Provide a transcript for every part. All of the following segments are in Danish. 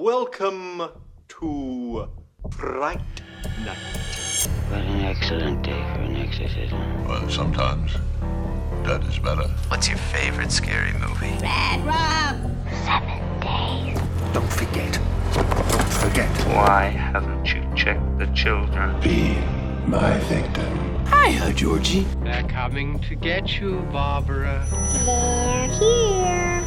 Welcome to Fright Night. What an excellent day for an exorcism. Well, sometimes that is better. What's your favorite scary movie? Red Rob! 7 days. Don't forget. Don't forget. Why haven't you checked the children? Be my victim. Hiya, Georgie. They're coming to get you, Barbara. They're here.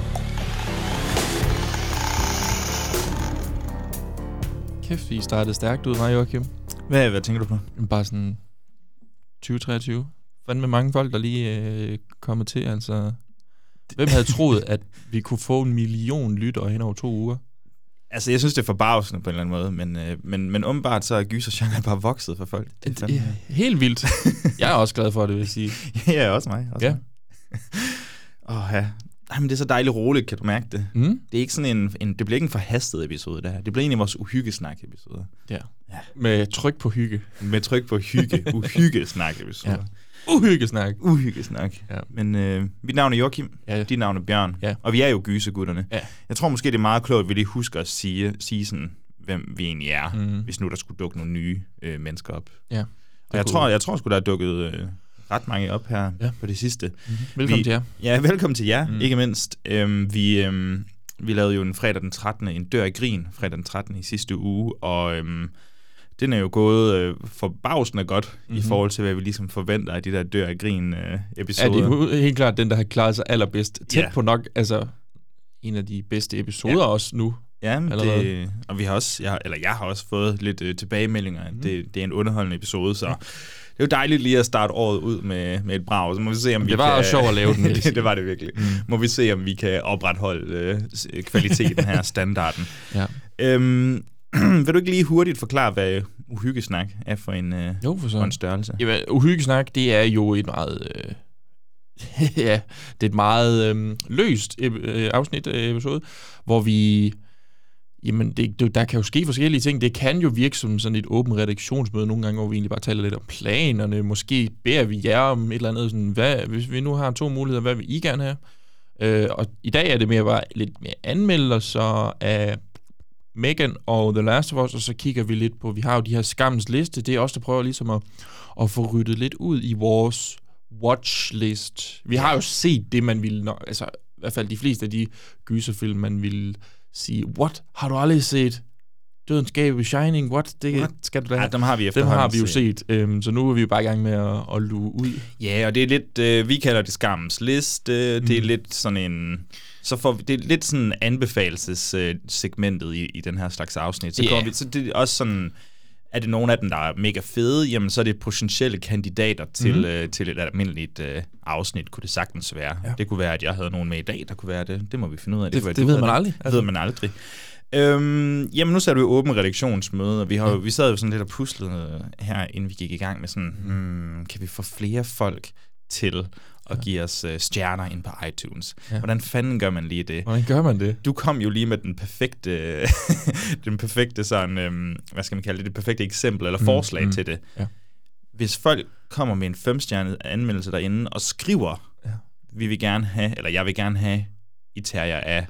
Kæft, vi startede stærkt ud, var Joachim? Hvad tænker du på? Bare sådan 2023. Fandme mange folk, der lige kommet til, altså. Hvem havde troet, at vi kunne få 1 million lyttere hen over 2 uger? Altså, jeg synes, det er forbavsende på en eller anden måde, men umiddelbart så er gysergenren bare vokset for folk. Det er helt vildt. Jeg er også glad for det, vil jeg sige. Ja, også mig. Ja. Ja. Ej, men det er så dejligt roligt, kan du mærke det? Mm. Det er ikke sådan det bliver ikke en forhastet episode, det her. Det bliver egentlig vores uhyggesnak-episode. Ja. Med tryk på hygge. Med tryk på hygge. Uhyggesnak-episode. Ja. Uhyggesnak. Uhyggesnak. Ja. Men mit navn er Joachim, dit navn er Bjørn, og vi er jo gysegutterne. Ja. Jeg tror måske, det er meget klogt, at vi lige husker at sige sådan, hvem vi egentlig er, hvis nu der skulle dukke nogle nye mennesker op. Ja. Og jeg tror sgu, der er dukket ret mange op her på det sidste. Mm-hmm. Velkommen til jer. Ja, velkommen til jer, ikke mindst. Vi lavede jo en fredag den 13. en dør i grin, fredag den 13. i sidste uge, og den er jo gået forbavsende godt i forhold til, hvad vi ligesom forventer af de der dør i grin episoder. Ja, det er helt klart den, der har klaret sig allerbedst. Tæt på nok, altså en af de bedste episoder også nu. Ja, og vi har også, jeg har også fået lidt tilbagemeldinger. Det er en underholdende episode, så det er jo dejligt lige at starte året ud med et brag. Så må vi se, om det var også sjovt at lave den. Det var det virkelig. Må vi se, om vi kan opretholde kvaliteten her, standarden. Ja. Vil du ikke lige hurtigt forklare, hvad uhyggesnak er for en størrelse? Ja, uhyggesnak, det er jo et meget det er et meget løst afsnit episode, hvor vi der kan jo ske forskellige ting. Det kan jo virke som sådan et åbent redaktionsmøde nogle gange, hvor vi egentlig bare taler lidt om planerne. Måske beder vi jer om et eller andet, sådan, hvis vi nu har 2 muligheder, hvad vil I gerne have? Og i dag er det mere bare lidt mere anmeldelser af Megan og The Last of Us, og så kigger vi lidt på, vi har jo de her skammens liste, det er også der prøver ligesom at få ryddet lidt ud i vores watchlist. Vi har jo set det, man ville, altså i hvert fald de fleste af de gyserfilm, man ville sige, what? Har du aldrig set Dødens Gave, Shining? What? Skal du da have? Ja, dem har vi efterhånden. Dem har vi jo set, så nu er vi jo bare i gang med at luge ud. Ja, og det er lidt, vi kalder det skammens liste, det er lidt sådan en... det er lidt sådan anbefalelsessegmentet i den her slags afsnit. Så det er også sådan, er det nogle af dem, der er mega fede, jamen så er det potentielle kandidater til et almindeligt afsnit, kunne det sagtens være. Ja. Det kunne være, at jeg havde nogen med i dag, der kunne være det. Det må vi finde ud af. Det ved man aldrig. Det ved man aldrig. Jamen nu sad vi jo åbent redaktionsmøde, og vi sad jo sådan lidt og puslede her, inden vi gik i gang med sådan, kan vi få flere folk til og give os stjerner ind på iTunes. Ja. Hvordan fanden gør man lige det? Hvordan gør man det? Du kom jo lige med den perfekte sådan, hvad skal man kalde det perfekte eksempel eller forslag til det. Ja. Hvis folk kommer med en 5-stjernet anmeldelse derinde og skriver, jeg vil gerne have, I tager jer af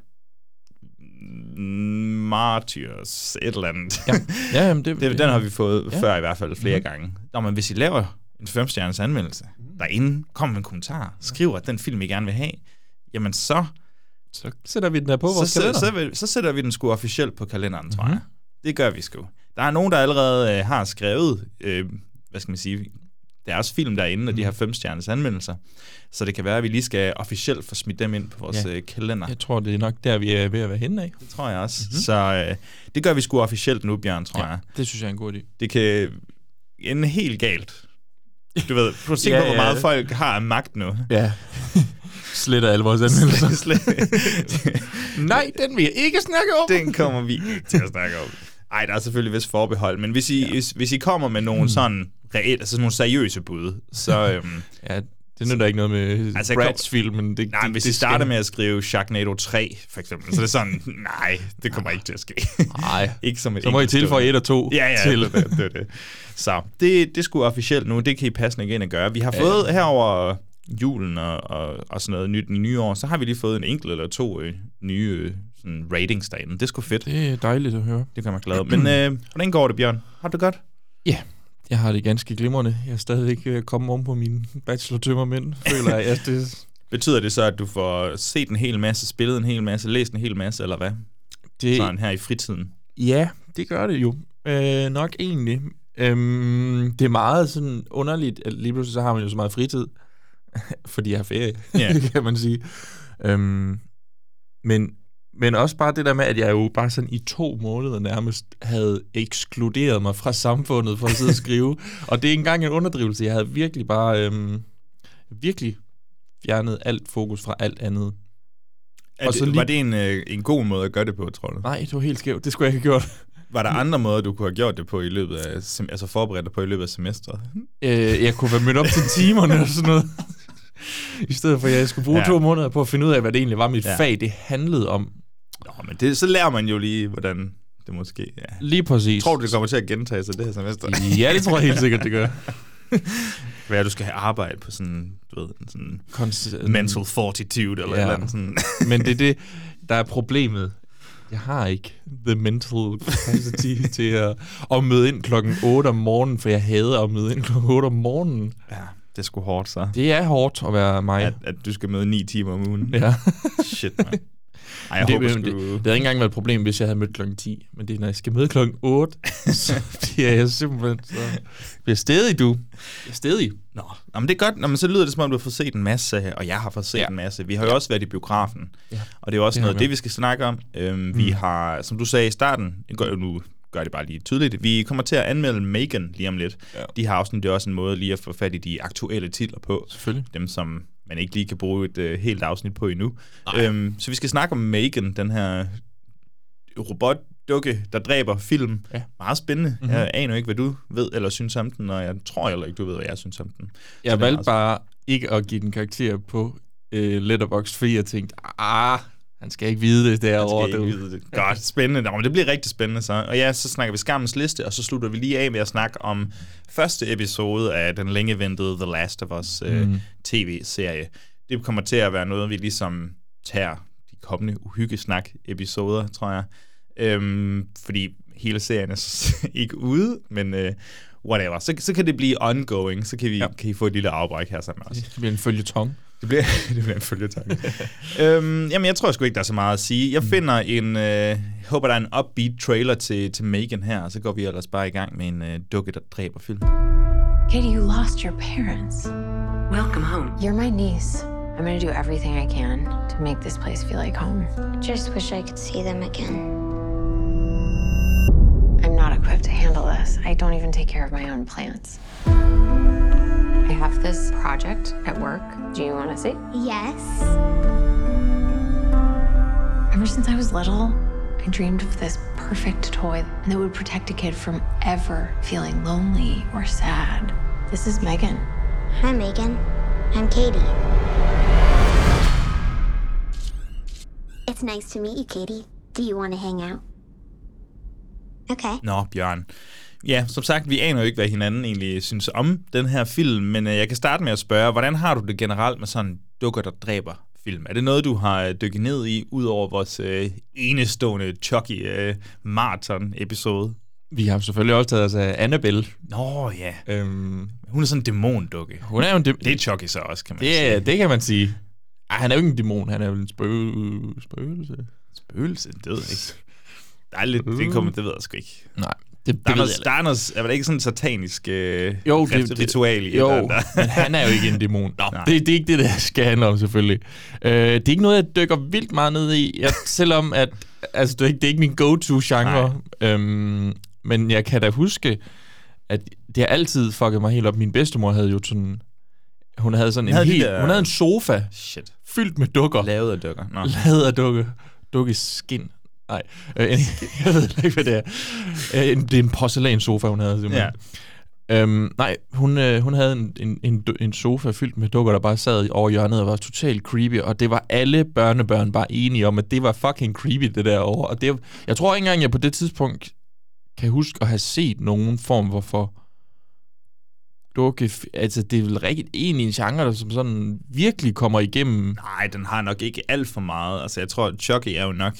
Martyrs et eller andet. Ja. Den har vi fået før i hvert fald flere gange. Nå, men hvis I laver en 5-stjernes anmeldelse, derinde kommer med en kommentar, skriver, at den film, I gerne vil have, jamen så sætter vi den der på vores kalender. Så sætter vi den sgu officielt på kalenderen, tror jeg. Det gør vi sgu. Der er nogen, der allerede har skrevet, hvad skal man sige, deres film derinde, og de har 5-stjernes anmeldelser. Så det kan være, at vi lige skal officielt få smidt dem ind på vores kalender. Jeg tror, det er nok der, vi er ved at være henne af. Det tror jeg også. Så det gør vi sgu officielt nu, Bjørn, tror jeg. Det synes jeg er en god idé. Det kan ende helt galt. Du ved, prøv at se på, hvor meget folk har af magt nu. Ja. Sletter alle vores anmeldelser. Nej, den vil jeg ikke snakke om. Den kommer vi ikke til at snakke om. Ej, der er selvfølgelig vist forbehold, men hvis I kommer med nogle sådan reelt, altså nogle seriøse bud, så... det nytter ikke noget med Brads-filmen. Nej, hvis I starter med at skrive Sharknado 3, for eksempel, så er det sådan, nej, det kommer ikke til at ske. Nej, ikke som så må I tilføje 1 og 2 til. Det. Så det er sgu officielt nu, det kan I passende igen at gøre. Vi har fået herover julen og sådan noget nyt i nye år, så har vi lige fået en enkelt eller 2 nye sådan ratings derinde. Det er sgu fedt. Det er dejligt at høre. Det gør mig glad. Men hvordan går det, Bjørn? Har du det godt? Ja, jeg har det ganske glimrende. Jeg er stadig kommet om på mine bachelor-tømmermænd, føler jeg. Det... Betyder det så, at du får set en hel masse, spillet en hel masse, læst en hel masse, eller hvad? Det... Sådan her i fritiden. Ja, det gør det jo. Nok egentlig. Det er meget sådan underligt, at lige pludselig så har man jo så meget fritid, fordi jeg har ferie, kan man sige. Men også bare det der med, at jeg jo bare sådan i 2 måneder nærmest havde ekskluderet mig fra samfundet for at sidde og skrive. Og det er ikke engang en underdrivelse. Jeg havde virkelig bare virkelig fjernet alt fokus fra alt andet. Var det en god måde at gøre det på, tror du? Nej, det var helt skævt. Det skulle jeg ikke have gjort. Var der andre måder, du kunne have gjort det på i løbet af, altså forberedt dig på i løbet af semesteret? Jeg kunne være mødt op til timerne og sådan noget. I stedet for, at jeg skulle bruge 2 måneder på at finde ud af, hvad det egentlig var, mit fag det handlede om. Nå, men så lærer man jo lige, hvordan det måske... Ja. Lige præcis. Tror du, det kommer til at gentage sig det her semester? Ja, det tror jeg helt sikkert, det gør. Hvad du skal have arbejde på sådan, du ved, sådan mental fortitude eller eller andet sådan. Men det er det, der er problemet. Jeg har ikke the mental capacity til at møde ind klokken 8 om morgenen, for jeg hader at møde ind klokken 8 om morgenen. Ja, det er sgu hårdt, så. Det er hårdt at være mig. At du skal møde 9 timer om ugen. Ja. Shit, man. Ej, jeg håber, det havde ikke engang været et problem, hvis jeg havde mødt klokken 10. Men det er, når jeg skal møde klokken 8, så bliver jeg simpelthen bliver stedig, du. Jeg er stedig. Nå, men det er godt. Nå, men så lyder det, som om du har fået set en masse, og jeg har fået set en masse. Vi har jo også været i biografen, og det er jo også noget, det vi skal snakke om. Vi har, som du sagde i starten, nu gør det bare lige tydeligt, vi kommer til at anmelde Megan lige om lidt. Ja. De har også, det er også en måde lige at få fat i de aktuelle titler på. Selvfølgelig. Dem, som man ikke lige kan bruge et helt afsnit på endnu. Så vi skal snakke om Megan, den her robotdukke, der dræber film. Ja. Meget spændende. Mm-hmm. Jeg aner ikke, hvad du ved eller synes om den, og jeg tror heller ikke, du ved, hvad jeg synes om den. Jeg valgte bare ikke at give den karakter på Letterboxd, fordi jeg tænkte, han skal ikke vide det derovre. Godt, spændende. Nå, men det bliver rigtig spændende så. Og ja, så snakker vi Skammens Liste, og så slutter vi lige af med at snakke om første episode af den længeventede The Last of Us tv-serie. Det kommer til at være noget, vi ligesom tager de kommende uhyggesnak-episoder, tror jeg. Fordi hele serien er ikke ude, men whatever. Så kan det blive ongoing, så kan I få et lille afbræk her sammen med os. Det bliver en føljeton. Det bliver en følgetang. Jamen, jeg tror sgu ikke, der er så meget at sige. Jeg finder håber, der er en upbeat trailer til Megan her, og så går vi ellers bare i gang med en dukke, der dræber film. Katie, you lost your parents. Welcome home. You're my niece. I'm going to do everything I can to make this place feel like home. Just wish I could see them again. I'm not equipped to handle this. I don't even take care of my own plants. I have this project at work. Do you want to see? Yes. Ever since I was little, I dreamed of this perfect toy that would protect a kid from ever feeling lonely or sad. This is Megan. Hi, Megan. I'm Katie. It's nice to meet you, Katie. Do you want to hang out? Okay. Nå, Bjørn. Ja, som sagt, vi aner jo ikke, hvad hinanden egentlig synes om den her film, men jeg kan starte med at spørge, hvordan har du det generelt med sådan dukker, der dræber film? Er det noget, du har dykket ned i, ud over vores enestående Chucky marathon-episode? Vi har selvfølgelig også taget os af Annabelle. Nå ja. Hun er sådan en dæmondukke. Hun er jo det er Chucky så også, kan man sige. Det kan man sige. Ej, han er jo ikke en dæmon, han er jo en spøgelse. Spøgelse? Det ved jeg ikke. Der er lidt, det ved jeg sgu ikke. Nej. Der er noget, er det ikke sådan en satanisk ritual i? Jo, men han er jo ikke en dæmon. Nå, det er ikke det, der skal handle om, selvfølgelig. Det er ikke noget, jeg dykker vildt meget ned i, selvom at, altså, det er ikke min go-to-genre. Men jeg kan da huske, at det har altid fucket mig helt op. Min bedstemor havde jo sådan... Hun havde en sofa fyldt med dukker. Lavet af dukker. Lavet af dukker. Dukkeskin. Nej, jeg ved ikke, hvad det er. Det er en porcelænssofa, hun havde simpelthen. Ja. Nej, hun havde en sofa fyldt med dukker, der bare sad over hjørnet og var totalt creepy, og det var alle børnebørn bare enige om, at det var fucking creepy, det derovre. Og det, jeg tror ikke engang, jeg på det tidspunkt kan huske at have set nogen form for dukke. Altså, det er vel rigtig en genre, der som sådan virkelig kommer igennem. Nej, den har nok ikke alt for meget. Altså, jeg tror, Chucky er jo nok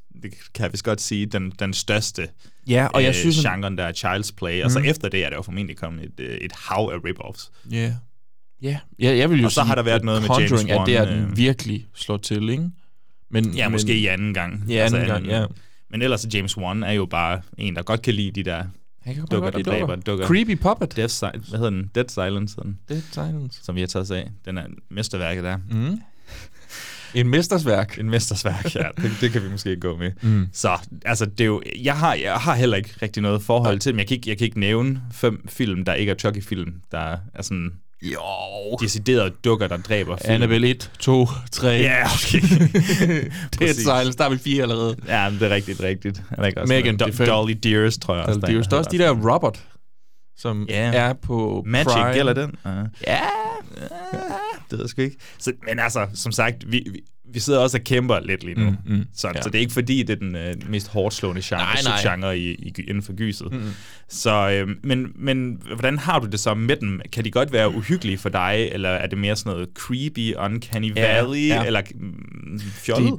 det kan jeg vist godt sige, den største og jeg synes, genren, der er Child's Play. Og så efter det er der jo formentlig kommet et hav af rip-offs. Ja. Jeg vil jo og så sige, har der været noget med James Wan. at det er den virkelig slår til, ikke? Men måske i anden gang. Men ellers James Wan er jo bare en, der godt kan lide de der dukker, der dræber dukker. Creepy Puppet. Hvad hedder den? Dead Silence. Dead Silence. Som vi har taget os af. Den er mesterværket der. En mestersværk. En mesterværk, ja. Det kan vi måske ikke gå med. Så, altså, det er jo... Jeg har heller ikke rigtig noget forhold til dem. Jeg kan ikke nævne 5 film, der ikke er Chucky-film, der er sådan... deciderede dukker, der dræber film. Annabelle 1, 2, 3. Ja, okay. Dead Silence, der er vi 4 allerede. Ja, men det er rigtigt. Megan, Dolly Dearest, tror jeg også. Dolly Dearest, også de der Robert, som er på Magic, Prime. Gælder den? Ja. Det ved jeg sgu ikke. Så, men altså, som sagt, vi sidder også og kæmper lidt lige nu. Så det er ikke fordi, det er den mest hårdt slående genre inden for gyset. Så, men hvordan har du det så med dem? Kan de godt være uhyggelige for dig, eller er det mere sådan noget creepy, uncanny valley, eller fjollet?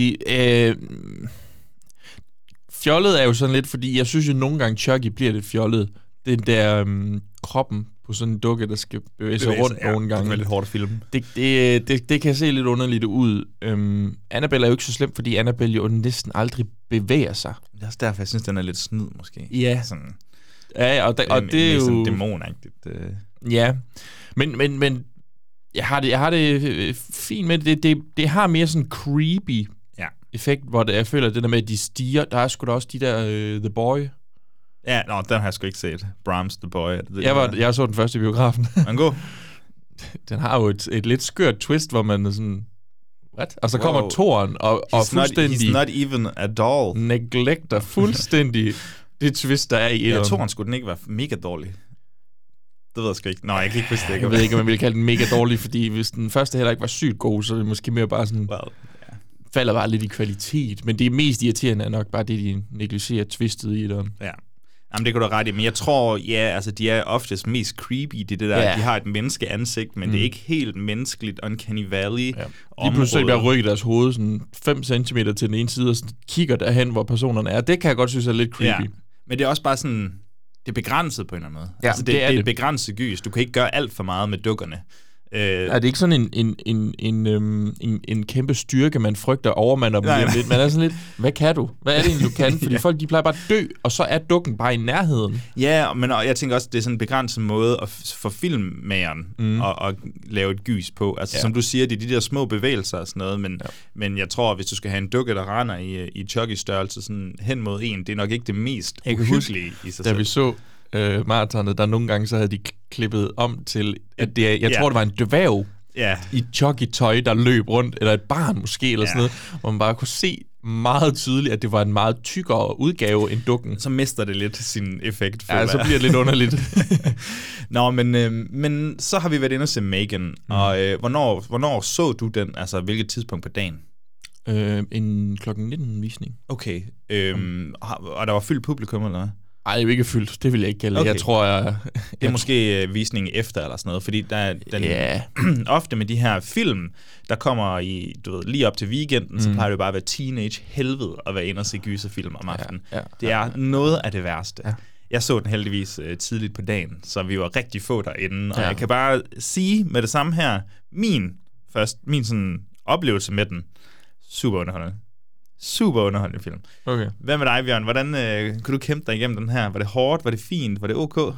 Fjollet er jo sådan lidt, fordi jeg synes jo nogle gange Chucky bliver lidt fjollet. Den der kroppen på sådan en dukke, der skal bevæge sig rundt nogle gange. Det er lidt hårdt at filme. Det kan se lidt underligt ud. Annabelle er jo ikke så slemt, fordi Annabelle jo næsten aldrig bevæger sig. Det er også derfor, jeg synes, den er lidt snyd, måske. Ja. Sådan, og det er jo... sådan dæmonagtigt. Ja, men jeg har det fint med det. Det har mere sådan creepy effekt, hvor jeg føler, at det der med, at de stiger, der er sgu da også de der The Boy. Ja, den har jeg sgu ikke set. Brahms The Boy. Jeg så den første i biografen. Den god. Den har jo et lidt skørt twist, hvor man er sådan... What? Og så kommer Thoren og fuldstændig... He's not even a doll. Neglecter fuldstændig det twist, der er i etteren. Thoren skulle den ikke være mega dårlig. Det ved jeg sgu ikke. Nej, jeg kan ikke huske det. Jeg ved ikke, om man ville kalde den mega dårlig, fordi hvis den første heller ikke var sygt god, så er det måske mere bare sådan... falder bare lidt i kvalitet. Men det mest irriterende er nok bare det, de negligerer twistet i etteren. Ja. Jamen, det kunne du ret i, men jeg tror, altså, de er oftest mest creepy, det der, de har et menneskeansigt, men det er ikke helt menneskeligt, uncanny valley. Ja. De pludselig bare rykker deres hoved sådan 5 cm til den ene side, og kigger derhen, hvor personerne er. Det kan jeg godt synes er lidt creepy. Ja. Men det er også bare sådan, det er begrænset på en eller anden måde. Ja, altså, det er et begrænset gys. Du kan ikke gøre alt for meget med dukkerne. Er det ikke sådan en kæmpe styrke, man frygter overmander dem lidt? Man er sådan lidt, hvad kan du? Hvad er det egentlig, du kan? Fordi folk, de plejer bare at dø, og så er dukken bare i nærheden. Ja, men jeg tænker også, det er sådan en begrænset måde for filmmageren at lave et gys på. Altså, som du siger, det er de der små bevægelser og sådan noget, men jeg tror, hvis du skal have en dukke, der render i Chucky-størrelse sådan hen mod en, det er nok ikke det mest uhyggelige i sig selv. Da vi så maratonet, der nogle gange så havde de klippet om til, at jeg tror, det var en dværg i Chucky-tøj, der løb rundt, eller et barn måske, eller sådan noget, hvor man bare kunne se meget tydeligt, at det var en meget tykkere udgave end dukken. Så mister det lidt sin effekt. Ja, så bliver det lidt underligt. Nå, men så har vi været inde og se Megan, og hvornår så du den? Altså, hvilket tidspunkt på dagen? En klokken 19 visning. Okay. Og der var fyldt publikum, eller hvad? Ej, det er ikke fyldt. Det vil jeg ikke kalde. Okay. Jeg tror, det er måske visning efter eller sådan noget, fordi der er ofte med de her film, der kommer lige op til weekenden, så plejer det bare at være teenage helvede at være inde og se gyserfilm om aftenen. Det er noget af det værste. Ja. Jeg så den heldigvis tidligt på dagen, så vi var rigtig få derinde, og jeg kan bare sige med det samme her, min sådan oplevelse med den, super underholdende film. Okay. Hvad med dig, Bjørn? Hvordan kunne du kæmpe dig igennem den her? Var det hårdt? Var det fint? Var det ok?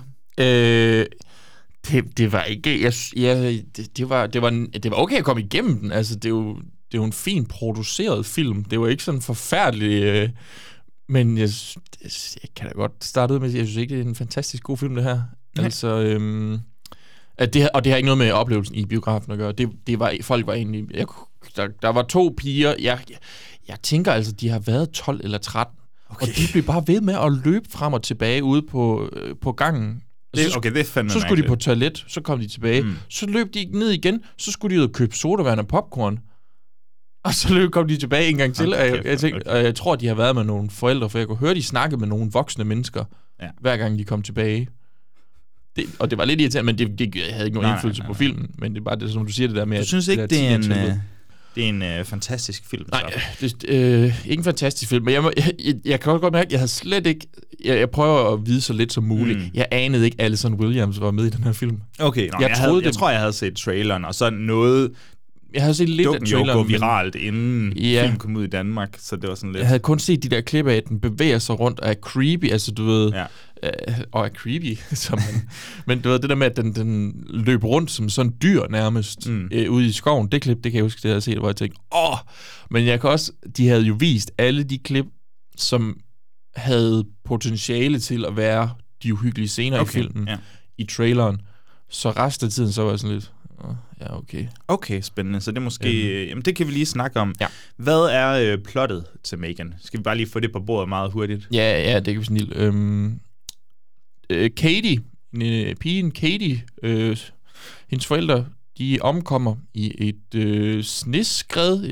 Det var ikke... Det var okay at komme igennem den. Altså, det er jo en fint produceret film. Det var ikke sådan forfærdeligt... men jeg kan da godt starte ud med at sige, jeg synes ikke, det er en fantastisk god film, det her. Nej. Altså... det har ikke noget med oplevelsen i biografen at gøre. Det var, folk var egentlig... Der var 2 piger... Jeg tænker altså, de har været 12 eller 13, og de blev bare ved med at løbe frem og tilbage ude på gangen. Så skulle de på toilet, så kom de tilbage. Så løb de ned igen, så skulle de ud og købe sodavand og popcorn. Og så kom de tilbage en gang til, og jeg tror, de har været med nogle forældre, for jeg kunne høre, de snakke med nogle voksne mennesker, hver gang de kom tilbage. Og det var lidt irriterende, men det havde ikke nogen indflydelse på filmen. Men det er bare det, som du siger, det der med... Du synes ikke, det er en... Det er en fantastisk film. Nej, ikke en fantastisk film, men jeg kan godt mærke, at jeg havde slet ikke... Jeg prøver at vide så lidt som muligt. Jeg anede ikke, Alison Williams var med i den her film. Okay, jeg tror, jeg havde set traileren, og så noget... Jeg havde set lidt af traileren. Jo gå viralt, inden film kom ud i Danmark, så det var sådan lidt... Jeg havde kun set de der klip af, at den bevæger sig rundt og er creepy, altså du ved... Ja. Og er creepy, men du ved, det der med, at den løb rundt som sådan en dyr nærmest ude i skoven, det klip, det kan jeg huske, det jeg har set, hvor jeg tænkte, men jeg kan også... De havde jo vist alle de klip, som havde potentiale til at være de uhyggelige scener i filmen, i traileren. Så resten af tiden, så var jeg sådan lidt... Ja, okay. Okay, spændende. Så det er måske... jamen, det kan vi lige snakke om. Ja. Hvad er plottet til Megan? Skal vi bare lige få det på bordet meget hurtigt? Ja, det kan vi snille. Katie, pigen Katie, hendes forældre, de omkommer i et sneskred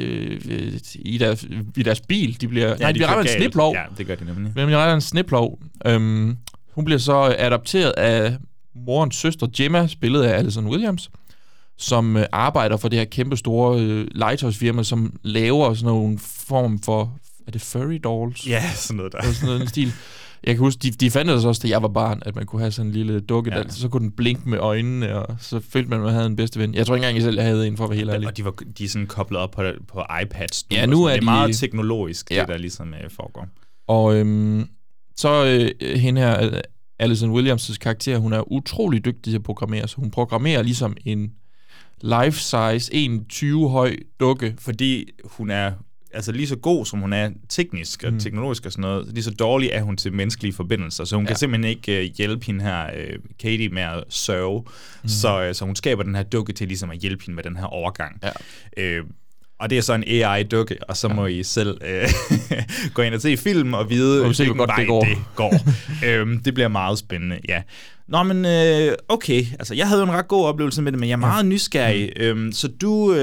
i deres bil. De bliver ramt af en sneplov. Ja, det gør de nemlig. Men de rammer en sneplov. Hun bliver så adopteret af morens søster Gemma, spillet af Alison Williams, som arbejder for det her kæmpe store legetøjsfirma, som laver sådan nogle form for... Er det furry dolls? Ja, sådan noget der. Sådan noget stil. Jeg kan huske, de fandt det også, da jeg var barn, at man kunne have sådan en lille dukke, der, så kunne den blinke med øjnene, og så følte man, at man havde en bedste ven. Jeg tror ikke engang, jeg selv havde en, for at være helt ærlig. Og de er sådan koblet op på iPads. Ja, nu er det de... meget teknologisk, det der ligesom foregår. Og så hende her, Alison Williams' karakter, hun er utrolig dygtig til at programmere, så hun programmerer ligesom en life-size, 1,20 høj dukke. Fordi hun er altså lige så god, som hun er teknisk og teknologisk og sådan noget, lige så dårlig er hun til menneskelige forbindelser, så hun kan simpelthen ikke hjælpe hende her, Katie, med at sørge. Så hun skaber den her dukke til ligesom at hjælpe hende med den her overgang. Ja. Og det er så en AI-dukke, og så må I selv gå ind og se film og vide, hvilken vej det går. Det bliver meget spændende, ja. Nå, men okay, altså jeg havde jo en ret god oplevelse med det, men jeg er meget nysgerrig. Så du...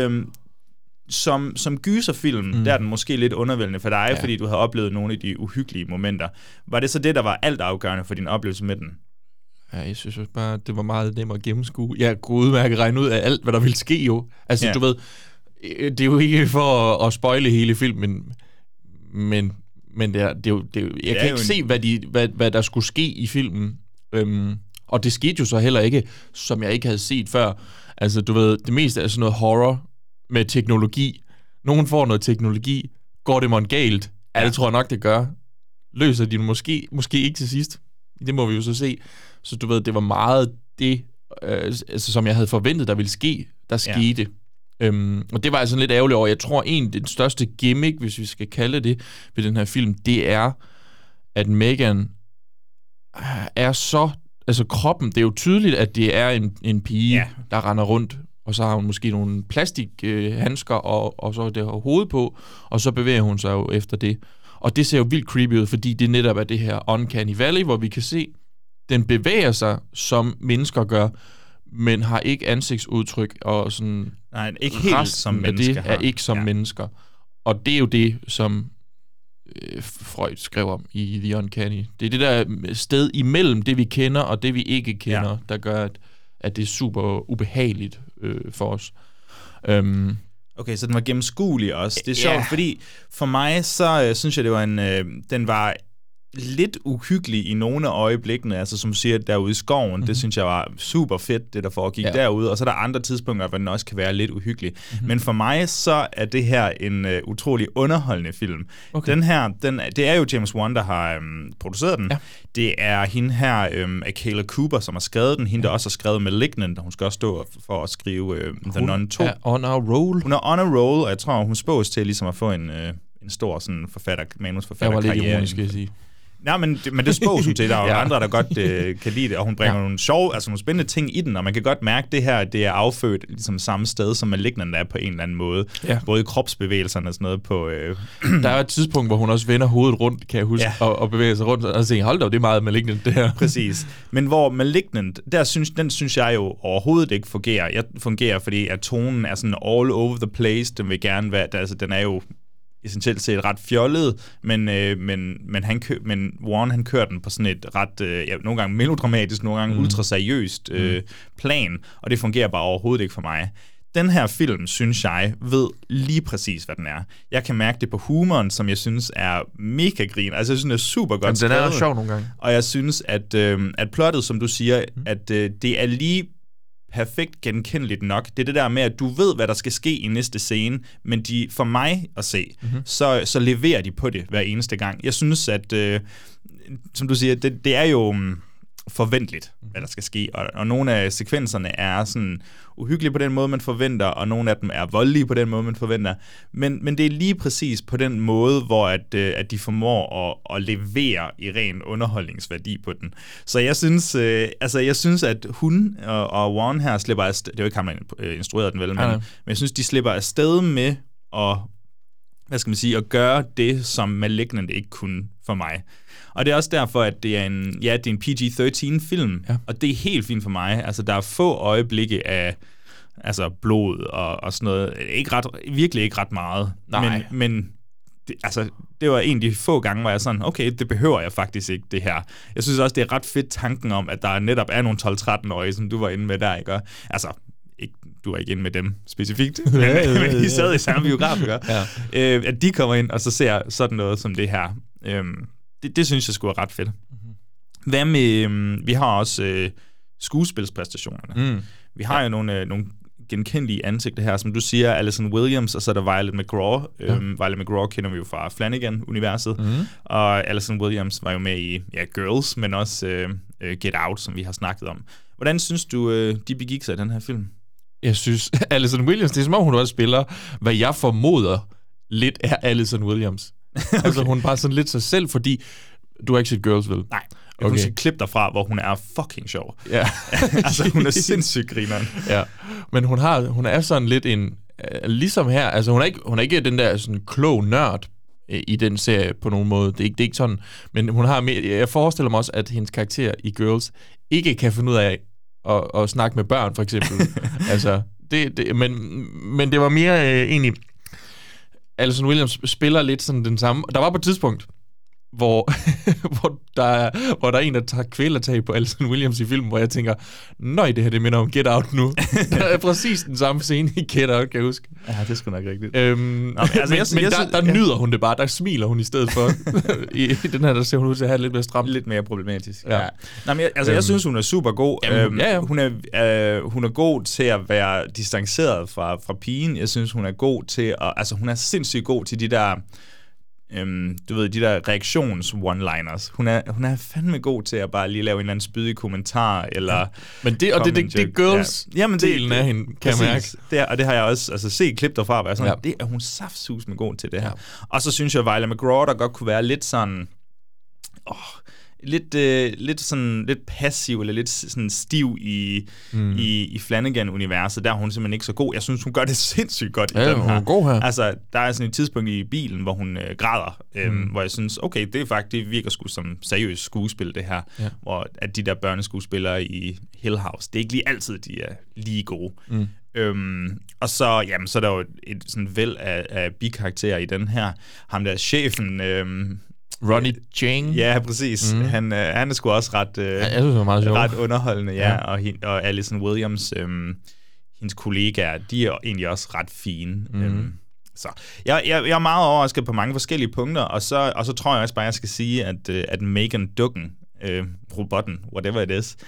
Som gyserfilm, der er den måske lidt undervældende for dig, fordi du havde oplevet nogle af de uhyggelige momenter. Var det så det, der var alt afgørende for din oplevelse med den? Ja, jeg synes også bare, det var meget nemt at gennemskue. Jeg kunne udmærket regne ud af alt, hvad der ville ske jo. Altså, du ved, det er jo ikke for at spoile hele filmen, men det er jo, jeg kan ikke se, hvad der skulle ske i filmen. Og det skete jo så heller ikke, som jeg ikke havde set før. Altså, du ved, det meste er sådan noget horror med teknologi. Nogen får noget teknologi. Går det galt? Ja, det tror jeg nok, det gør. Løser de måske ikke til sidst. Det må vi jo så se. Så du ved, det var meget det, som jeg havde forventet, der ville ske, der skete. Og det var altså lidt ærgerligt over. Jeg tror den største gimmick, hvis vi skal kalde det, ved den her film, det er, at Megan er så... Altså kroppen, det er jo tydeligt, at det er en pige, der render rundt, og så har hun måske nogle plastikhandsker, og så er det her hoved på, og så bevæger hun sig jo efter det. Og det ser jo vildt creepy ud, fordi det netop er det her Uncanny Valley, hvor vi kan se, den bevæger sig, som mennesker gør, men har ikke ansigtsudtryk, og sådan... Nej, ikke helt som mennesker har. Det er ikke som mennesker. Og det er jo det, som Freud skrev om i The Uncanny. Det er det der sted imellem det, vi kender, og det, vi ikke kender, der gør, at det er super ubehageligt for os. Okay, så den var gennemskuelig også. Det er sjovt, fordi for mig, så synes jeg, det var den var lidt uhyggelig i nogle af øjeblikkene, altså som du siger, derude i skoven, det synes jeg var super fedt, det der foregik derude, og så er der andre tidspunkter, hvor den også kan være lidt uhyggelig. Men for mig, så er det her en utrolig underholdende film. Okay. Den her, det er jo James Wan, der har produceret den. Ja. Det er hende her, Akela Cooper, som har skrevet den. Hende, der også har skrevet Malignant, og hun skal også stå for at skrive The Nun 2. Hun er on a roll. Hun er on a roll, og jeg tror, hun spås til ligesom at få en stor sådan manusforfatter-karriere. Jeg var lidt ironisk, skal jeg sige. Nej, men det spås hun til. Der er jo andre, der godt kan lide det, og hun bringer nogle sjove, altså nogle spændende ting i den, og man kan godt mærke, at det her, det er affødt ligesom samme sted, som Malignant er på en eller anden måde. Ja. Både i kropsbevægelserne og sådan noget på... Der er et tidspunkt, hvor hun også vender hovedet rundt, kan jeg huske, og bevæger sig rundt, og tænker, hold da, det er meget Malignant, det her. Præcis. Men hvor Malignant, den synes jeg jo overhovedet ikke fungerer, fordi at tonen er sådan all over the place. Den vil gerne være... Altså, den er jo essentielt set ret fjollet, men Warren, han kører den på sådan et ret, nogle gange melodramatisk, nogle gange ultra seriøst plan, og det fungerer bare overhovedet ikke for mig. den her film, synes jeg, ved lige præcis, hvad den er. Jeg kan mærke det på humoren, som jeg synes er mega grin. Altså, jeg synes, det er super godt skrevet. Den er sjov nogle gange. Og jeg synes, at plottet, som du siger, at det er lige perfekt genkendeligt nok. Det er det der med, at du ved, hvad der skal ske i næste scene, men for mig at se, så leverer de på det hver eneste gang. Jeg synes, at, som du siger, det er jo forventeligt, hvad der skal ske, og nogle af sekvenserne er sådan uhyggelige på den måde, man forventer, og nogle af dem er voldelige på den måde, man forventer, men det er lige præcis på den måde, hvor at de formår at levere i ren underholdningsværdi på den. Så jeg synes, at hun og Warren her slipper afsted, det er jo ikke ham, der instruerede den vel, men jeg synes, de slipper afsted med at gøre det, som Malignant ikke kunne for mig. Og det er også derfor, at det er en PG-13-film, og det er helt fint for mig. Altså, der er få øjeblikke af blod og sådan noget. Virkelig ikke ret meget. Nej. Men det var en af de få gange, hvor jeg sådan, okay, det behøver jeg faktisk ikke, det her. Jeg synes også, det er ret fedt tanken om, at der netop er nogle 12-13-årige, som du var inde med der, ikke? Altså, du var ikke inde med dem specifikt, men de sad i samme biograf, ikke? Ja. At de kommer ind, og så ser sådan noget som det her. Det synes jeg skulle være ret fedt. Hvad med, vi har også skuespilspræstationerne. Vi har jo nogle genkendelige ansigter her, som du siger, Alison Williams, og så er der Violet McGraw. Violet McGraw kender vi jo fra Flanagan-universet, og Alison Williams var jo med i Girls, men også Get Out, som vi har snakket om. Hvordan synes du, de begik sig i den her film? Jeg synes, Alison Williams, det er som om hun også spiller, hvad jeg formoder lidt er Alison Williams. Okay. Altså hun er bare sådan lidt sig selv, fordi du har ikke set Girls, vel? Nej. Okay. Hun skal klippe derfra, hvor hun er fucking sjov. Ja. Altså hun er sindssygt grineren. Ja. Men hun er sådan lidt en, ligesom her, altså hun er ikke den der sådan klog nørd i den serie på nogen måde. Det er ikke sådan. Men hun har mere, jeg forestiller mig også, at hendes karakter i Girls ikke kan finde ud af at snakke med børn, for eksempel. Altså, men det var mere egentlig... Alison Williams spiller lidt sådan den samme... Der var på et tidspunkt, hvor der er en, der tager kvælertag på Alison Williams i filmen, hvor jeg tænker, nøj, det her, det minder om Get Out nu. Der er præcis den samme scene i Get Out, kan jeg huske. Ja, det er sgu nok rigtigt. Men der nyder hun det bare, der smiler hun i stedet for. I den her, der ser hun ud til at have lidt mere stramt. Lidt mere problematisk. Ja. Nå, men jeg synes, hun er super god. Hun er god til at være distanceret fra pigen. Jeg synes, hun er god til at... Altså, hun er sindssygt god til de der... du ved, de der reaktions-one-liners. Hun er fandme god til at bare lige lave en eller anden spydig kommentar, eller... Men det er girls-delen af hende, kan jeg mærke. Og det har jeg også set klip derfra, hvor jeg sådan, det er hun saftsus med god til det her. Og så synes jeg, Violet McGraw, der godt kunne være lidt sådan... lidt passiv, eller lidt sådan stiv i Flanagan-universet. Der er hun simpelthen ikke så god. Jeg synes, hun gør det sindssygt godt i den her. Hun er god her. Altså, der er sådan et tidspunkt i bilen, hvor hun græder, hvor jeg synes, okay, det virker sgu som seriøst skuespil, det her. Ja. Hvor at de der børneskuespillere i Hill House, det er ikke lige altid, de er lige gode. Og så, så er der jo et sådan væld af bikarakterer i den her. Ham der chefen... Ronnie Chang. Ja, præcis. Han er sgu også ret, jeg synes, ret underholdende, og Alison Williams, hendes kollegaer, de er egentlig også ret fine. Så jeg er meget overrasket på mange forskellige punkter, og så tror jeg også bare, jeg skal sige, at Megan Ducken, robotten, whatever it is,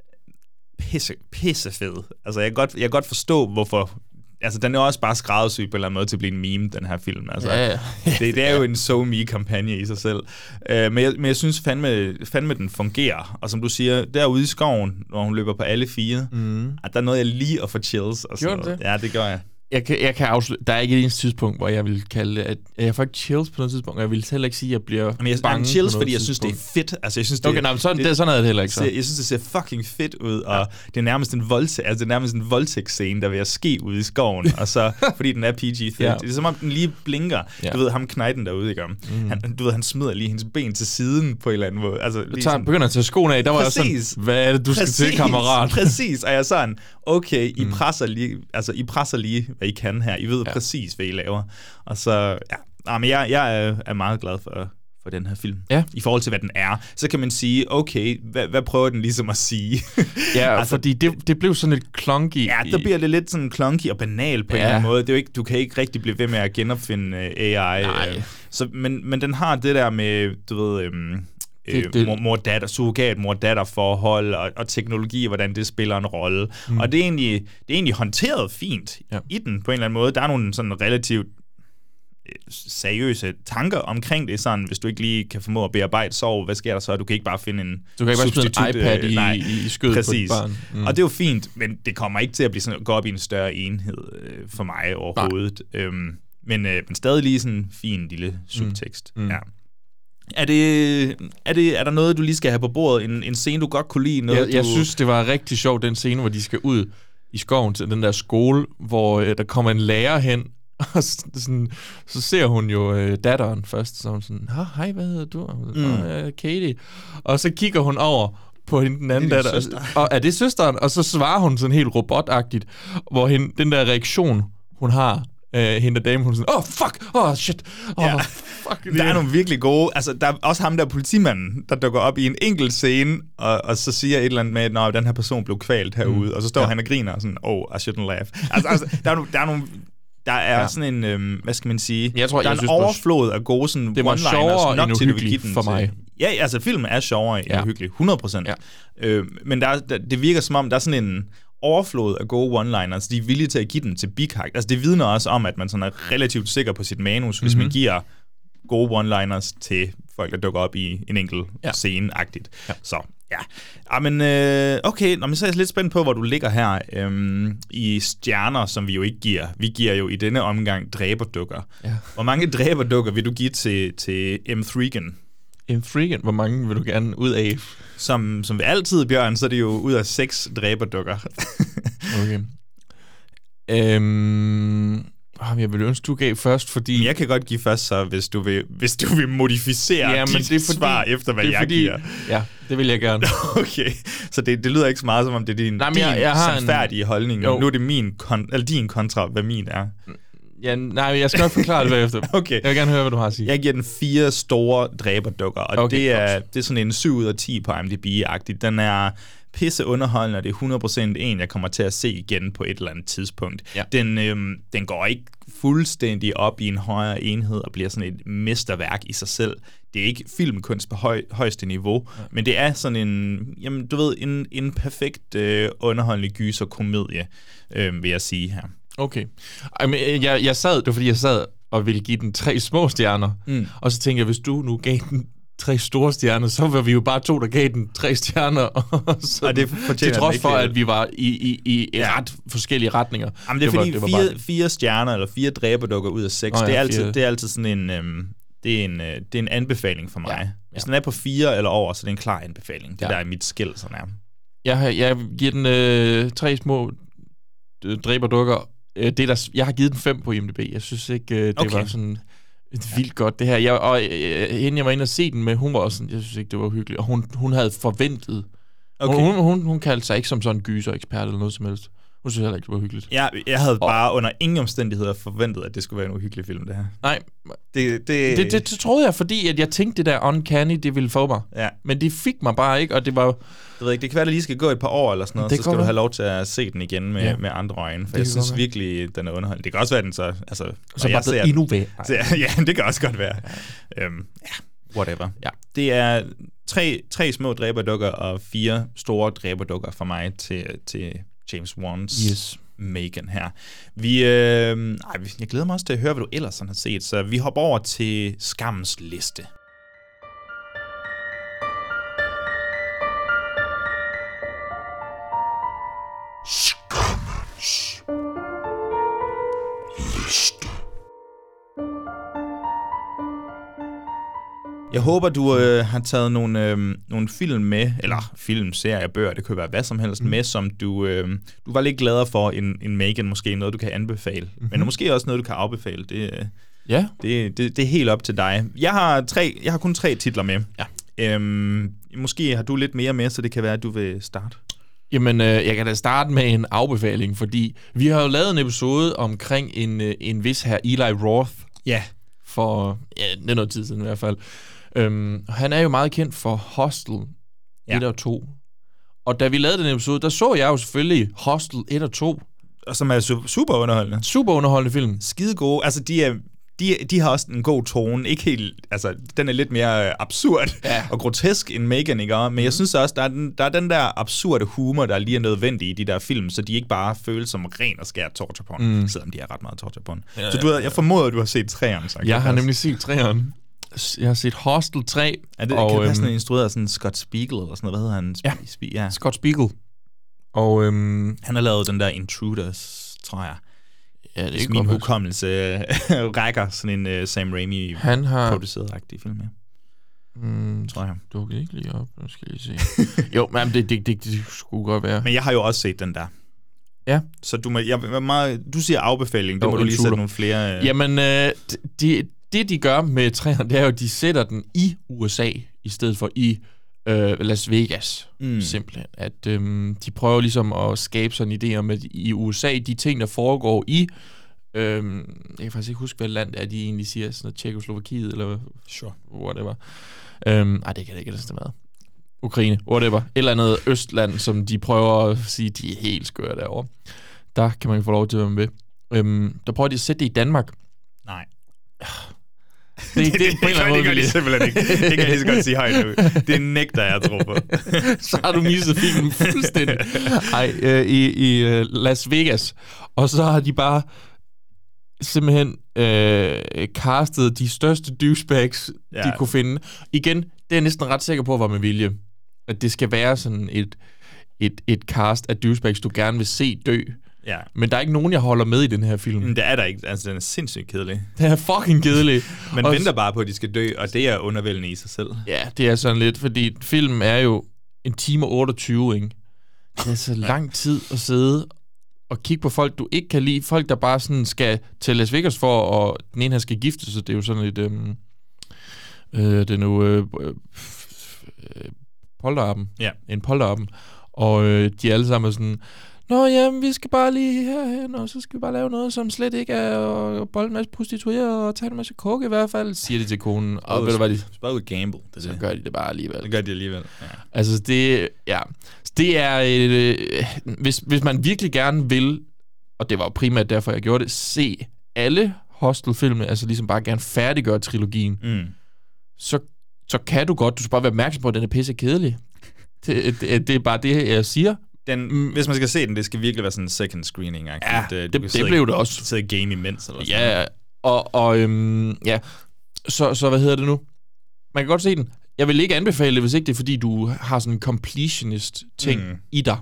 pisse fed. Altså, jeg kan godt forstå, hvorfor... Altså, den er også bare skræddersyg på en eller anden måde til at blive en meme, den her film. Altså, det er jo en SoMe-kampagne i sig selv. Men jeg synes fandme den fungerer. Og som du siger, derude i skoven, når hun løber på alle fire, at der er noget, jeg lige at få chills. Og sådan noget. Ja, det gør jeg. Jeg kan afsløre, der er ikke et eneste tidspunkt, hvor jeg vil kalde at jeg får ikke chills på noget tidspunkt, og jeg vil heller ikke sige, at jeg bliver bange chills, fordi jeg synes, det er fedt. Altså, jeg synes, sådan er det heller ikke så. Jeg synes, det ser fucking fedt ud, og det er nærmest en voldtægtsscene, der vil ske ude i skoven, og så, fordi den er PG-13. Det er som om, den lige blinker. Du ved, ham knejten derude, ikke? Han smider lige hendes ben til siden på en eller anden måde. Altså, begynder at tage skoene af, der var jeg sådan, hvad er det, du skal til, kammerat? Præcis, og jeg er sådan, okay, I presser lige, hvad I kan her. I ved præcis, hvad I laver. Og så, men jeg er meget glad for for den her film. Ja. I forhold til, hvad den er. Så kan man sige, okay, hvad prøver den ligesom at sige? Ja, altså, fordi det blev sådan lidt clunky. Ja, der bliver det lidt sådan clunky og banal på en eller anden måde. Det er jo ikke, du kan ikke rigtig blive ved med at genopfinde AI. Nej. Men den har det der med, du ved... mor-datter, surrogat mor-datter-forhold og teknologi, hvordan det spiller en rolle. Og det er egentlig håndteret fint i den, på en eller anden måde. Der er nogle sådan relativt seriøse tanker omkring det, sådan, hvis du ikke lige kan formå at bearbejde sorg, hvad sker der så? Du kan ikke bare finde en Du kan ikke bare substitut, smide en iPad i skødet på dit barn. Og det er jo fint, men det kommer ikke til at blive sådan, gå op i en større enhed for mig overhovedet. Men stadig lige sådan en fin lille subtekst. Ja. Er der noget, du lige skal have på bordet? En scene, du godt kunne lide? Noget, jeg synes, det var rigtig sjovt, den scene, hvor de skal ud i skoven til den der skole, hvor der kommer en lærer hen, og sådan, så ser hun jo datteren først, så hun sådan, hej, hvad hedder du? Katie. Og så kigger hun over på hende, den anden datter. Og er det søsteren? Og så svarer hun sådan helt robotagtigt, hvor den der reaktion, hun har, hende dame, hun sådan, fuck, shit, fuck. Der er nogle virkelig gode, altså der er også ham der politimanden, der dukker op i en enkelt scene, og så siger et eller andet med, at den her person blev kvalt herude, og så står han og griner og sådan, I shouldn't laugh. Altså der er sådan en, hvad skal man sige, der er en overflod af gode sådan det var one-liners, sjovere nok end til, du vil give den for mig. Ja, altså filmen er sjovere end uhyggelig, 100%. Ja. Men det virker som om, der er sådan en overflod af gode one-liners, de er villige til at give den til bikarakter. Altså det vidner også om, at man sådan er relativt sikker på sit manus, hvis man giver gode one-liners til folk, der dukker op i en enkelt scene-agtigt. Ja. Så ja. Men okay, men så er jeg lidt spændt på, hvor du ligger her i stjerner, som vi jo ikke giver. Vi giver jo i denne omgang dræberdukker. Ja. Hvor mange dræberdukker vil du give til M. Thregan? M. Thregan? Hvor mange vil du gerne ud af? Som vi altid, Bjørn, så er det jo ud af 6 dræberdukker. Okay. Jeg vil ønske, du gav først, fordi... Jeg kan godt give først, så hvis du vil modificere dit svar efter, hvad jeg giver. Ja, det vil jeg gerne. Okay, så det lyder ikke så meget, som om det er din sandfærdige holdning. Nu er det din kontra, hvad min er. Ja, jeg skal nok forklare det bagefter. Okay. Jeg vil gerne høre, hvad du har at sige. Jeg giver den 4 store dræberdukker, og det er sådan en 7 ud af 10 på IMDb-agtigt. Den er pisse underholdende, og det er 100% en, jeg kommer til at se igen på et eller andet tidspunkt. Ja. Den går ikke fuldstændig op i en højere enhed og bliver sådan et mesterværk i sig selv. Det er ikke filmkunst på højeste niveau, men det er sådan en perfekt underholdende gyserkomedie, vil jeg sige her. Okay. Jeg sad og ville give den 3 små stjerner, og så tænkte jeg, hvis du nu gav den 3 store stjerner, så var vi jo bare 2, der gav den 3 stjerner, og det til trods for, at vi var i ret forskellige retninger. Jamen, det er fordi 4 stjerner, eller 4 dræberdukker ud af 6, det er altid sådan en... Det er en anbefaling for mig. Ja. Hvis den er på 4 eller over, så er det en klar anbefaling. Det der er mit skæld, sådan er. Jeg giver den 3 små dræberdukker. Jeg har givet den 5 på IMDb. Jeg synes ikke, det var sådan vildt godt, det her. Hende jeg var inde og se den med, hun var også sådan, jeg synes ikke, det var hyggeligt. Og hun havde forventet. Okay. Hun kaldte sig ikke som sådan en gyser-ekspert eller noget som helst. Hun synes heller ikke, det var hyggeligt. Jeg havde bare under ingen omstændigheder forventet, at det skulle være en uhyggelig film, det her. Nej, det troede jeg, fordi at jeg tænkte, det der uncanny, det ville få mig. Ja. Men det fik mig bare ikke, og det var... Jeg ved ikke, det kan være, at lige skal gå et par år eller sådan noget, så skal du have lov til at se den igen med andre øjne, for jeg synes virkelig, den er underholdende. Det kan også være, den så... Altså, så bare det endnu værre. Ja, det kan også godt være. Whatever. Ja. Det er 3 små dræberdukker og 4 store dræberdukker for mig til James Wan's Megan her. Jeg glæder mig også til at høre, hvad du ellers sådan har set, så vi hopper over til Skammens liste. Skammens liste. Jeg håber, du har taget nogle film med, eller filmserier, bøger, det kan være hvad som helst med, som du var lidt gladere for en Megan, måske noget, du kan anbefale. Men måske også noget, du kan afbefale. Det er helt op til dig. Jeg har kun 3 titler med. Ja. Måske har du lidt mere med, så det kan være, at du vil starte. Jamen, jeg kan da starte med en afbefaling, fordi vi har jo lavet en episode omkring en vis her Eli Roth. Ja. For noget tid siden i hvert fald. Han er jo meget kendt for Hostel 1 og 2. Og da vi lavede den episode, der så jeg jo selvfølgelig Hostel 1 og 2. Og som er super underholdende. Super underholdende film. Skide gode. Altså, de har også en god tone. Ikke helt, altså, den er lidt mere absurd og grotesk end Megan, ikke? Men jeg synes også, der er den der absurde humor, der lige er nødvendig i de der film, så de ikke bare føles som ren og skær torture porn, selvom de er ret meget torture porn. Så du ved, jeg formoder, du har set 3'eren. Jeg har nemlig set 3'eren. Jeg har set Hostel 3. Er det kan passe sådan instrueret af sådan Scott Spiegel eller sådan noget? Hvad hedder han? Ja, Scott Spiegel. Og han har lavet den der Intruders, tror jeg. Ja, det er min hukommelse rækker sådan en Sam Raimi produceret-agtig film, tror jeg. Du kan ikke lige op, nu skal jeg se. Jo, men det skulle godt være. Men jeg har jo også set den der. Ja. Så du siger afbefaling, det må du lige sætte nogle flere... Jamen, det de gør med træerne, det er jo, at de sætter den i USA, i stedet for i Las Vegas, simpelthen. At de prøver ligesom at skabe sådan en idé om, at i USA, de ting, der foregår i, jeg kan faktisk ikke huske, hvad land er, de egentlig siger, sådan noget Tjekkoslovakiet, eller whatever. Nej, det kan det ikke næsten være. Ukraine, whatever. Et eller andet østland, som de prøver at sige, de er helt skøre derovre. Der kan man få lov til at være med. Der prøver de at sætte det i Danmark. Nej. Det gør de simpelthen ikke. Det kan jeg lige så godt sige højt nu. Det nægter jeg at tro på. Så har du misset filmen fuldstændig. I Las Vegas. Og så har de bare simpelthen castet de største douchebags, de kunne finde. Igen, det er jeg næsten ret sikker på, var med vilje. At det skal være sådan et cast af douchebags, du gerne vil se dø. Ja. Men der er ikke nogen, jeg holder med i den her film. Men det er der ikke. Altså, den er sindssygt kedelig. Den er fucking kedelig. Man venter bare på, at de skal dø, og det er undervældende i sig selv. Ja, det er sådan lidt, fordi filmen er jo 1 time og 28, ikke? Det er så lang tid at sidde og kigge på folk, du ikke kan lide. Folk, der bare sådan skal til Las Vegas for, og den ene her skal gifte sig. Det er jo sådan et... det er nu... polterappen. Ja. En polterappen. Og de alle sammen er sådan... Nå, jamen, vi skal bare lige herhen, og så skal vi bare lave noget, som slet ikke er at bolde en masse prostituerede og tage en masse koke i hvert fald, siger de til konen. Og ved du hvad de... Bare ud gamble. Så gør de det bare alligevel. Det gør de alligevel, ja. Altså, det er... hvis man virkelig gerne vil, og det var jo primært derfor, jeg gjorde det, se alle Hostel-filmene, altså ligesom bare gerne færdiggøre trilogien, så kan du godt, du skal bare være opmærksom på, at den er pisse kedelig. Det er bare det, jeg siger. Hvis man skal se den, det skal virkelig være sådan en second screening. Ja, det blev det også. Sidde og game imens. Eller sådan. Ja, så hvad hedder det nu? Man kan godt se den. Jeg vil ikke anbefale det, hvis ikke det er, fordi du har sådan en completionist-ting i dig.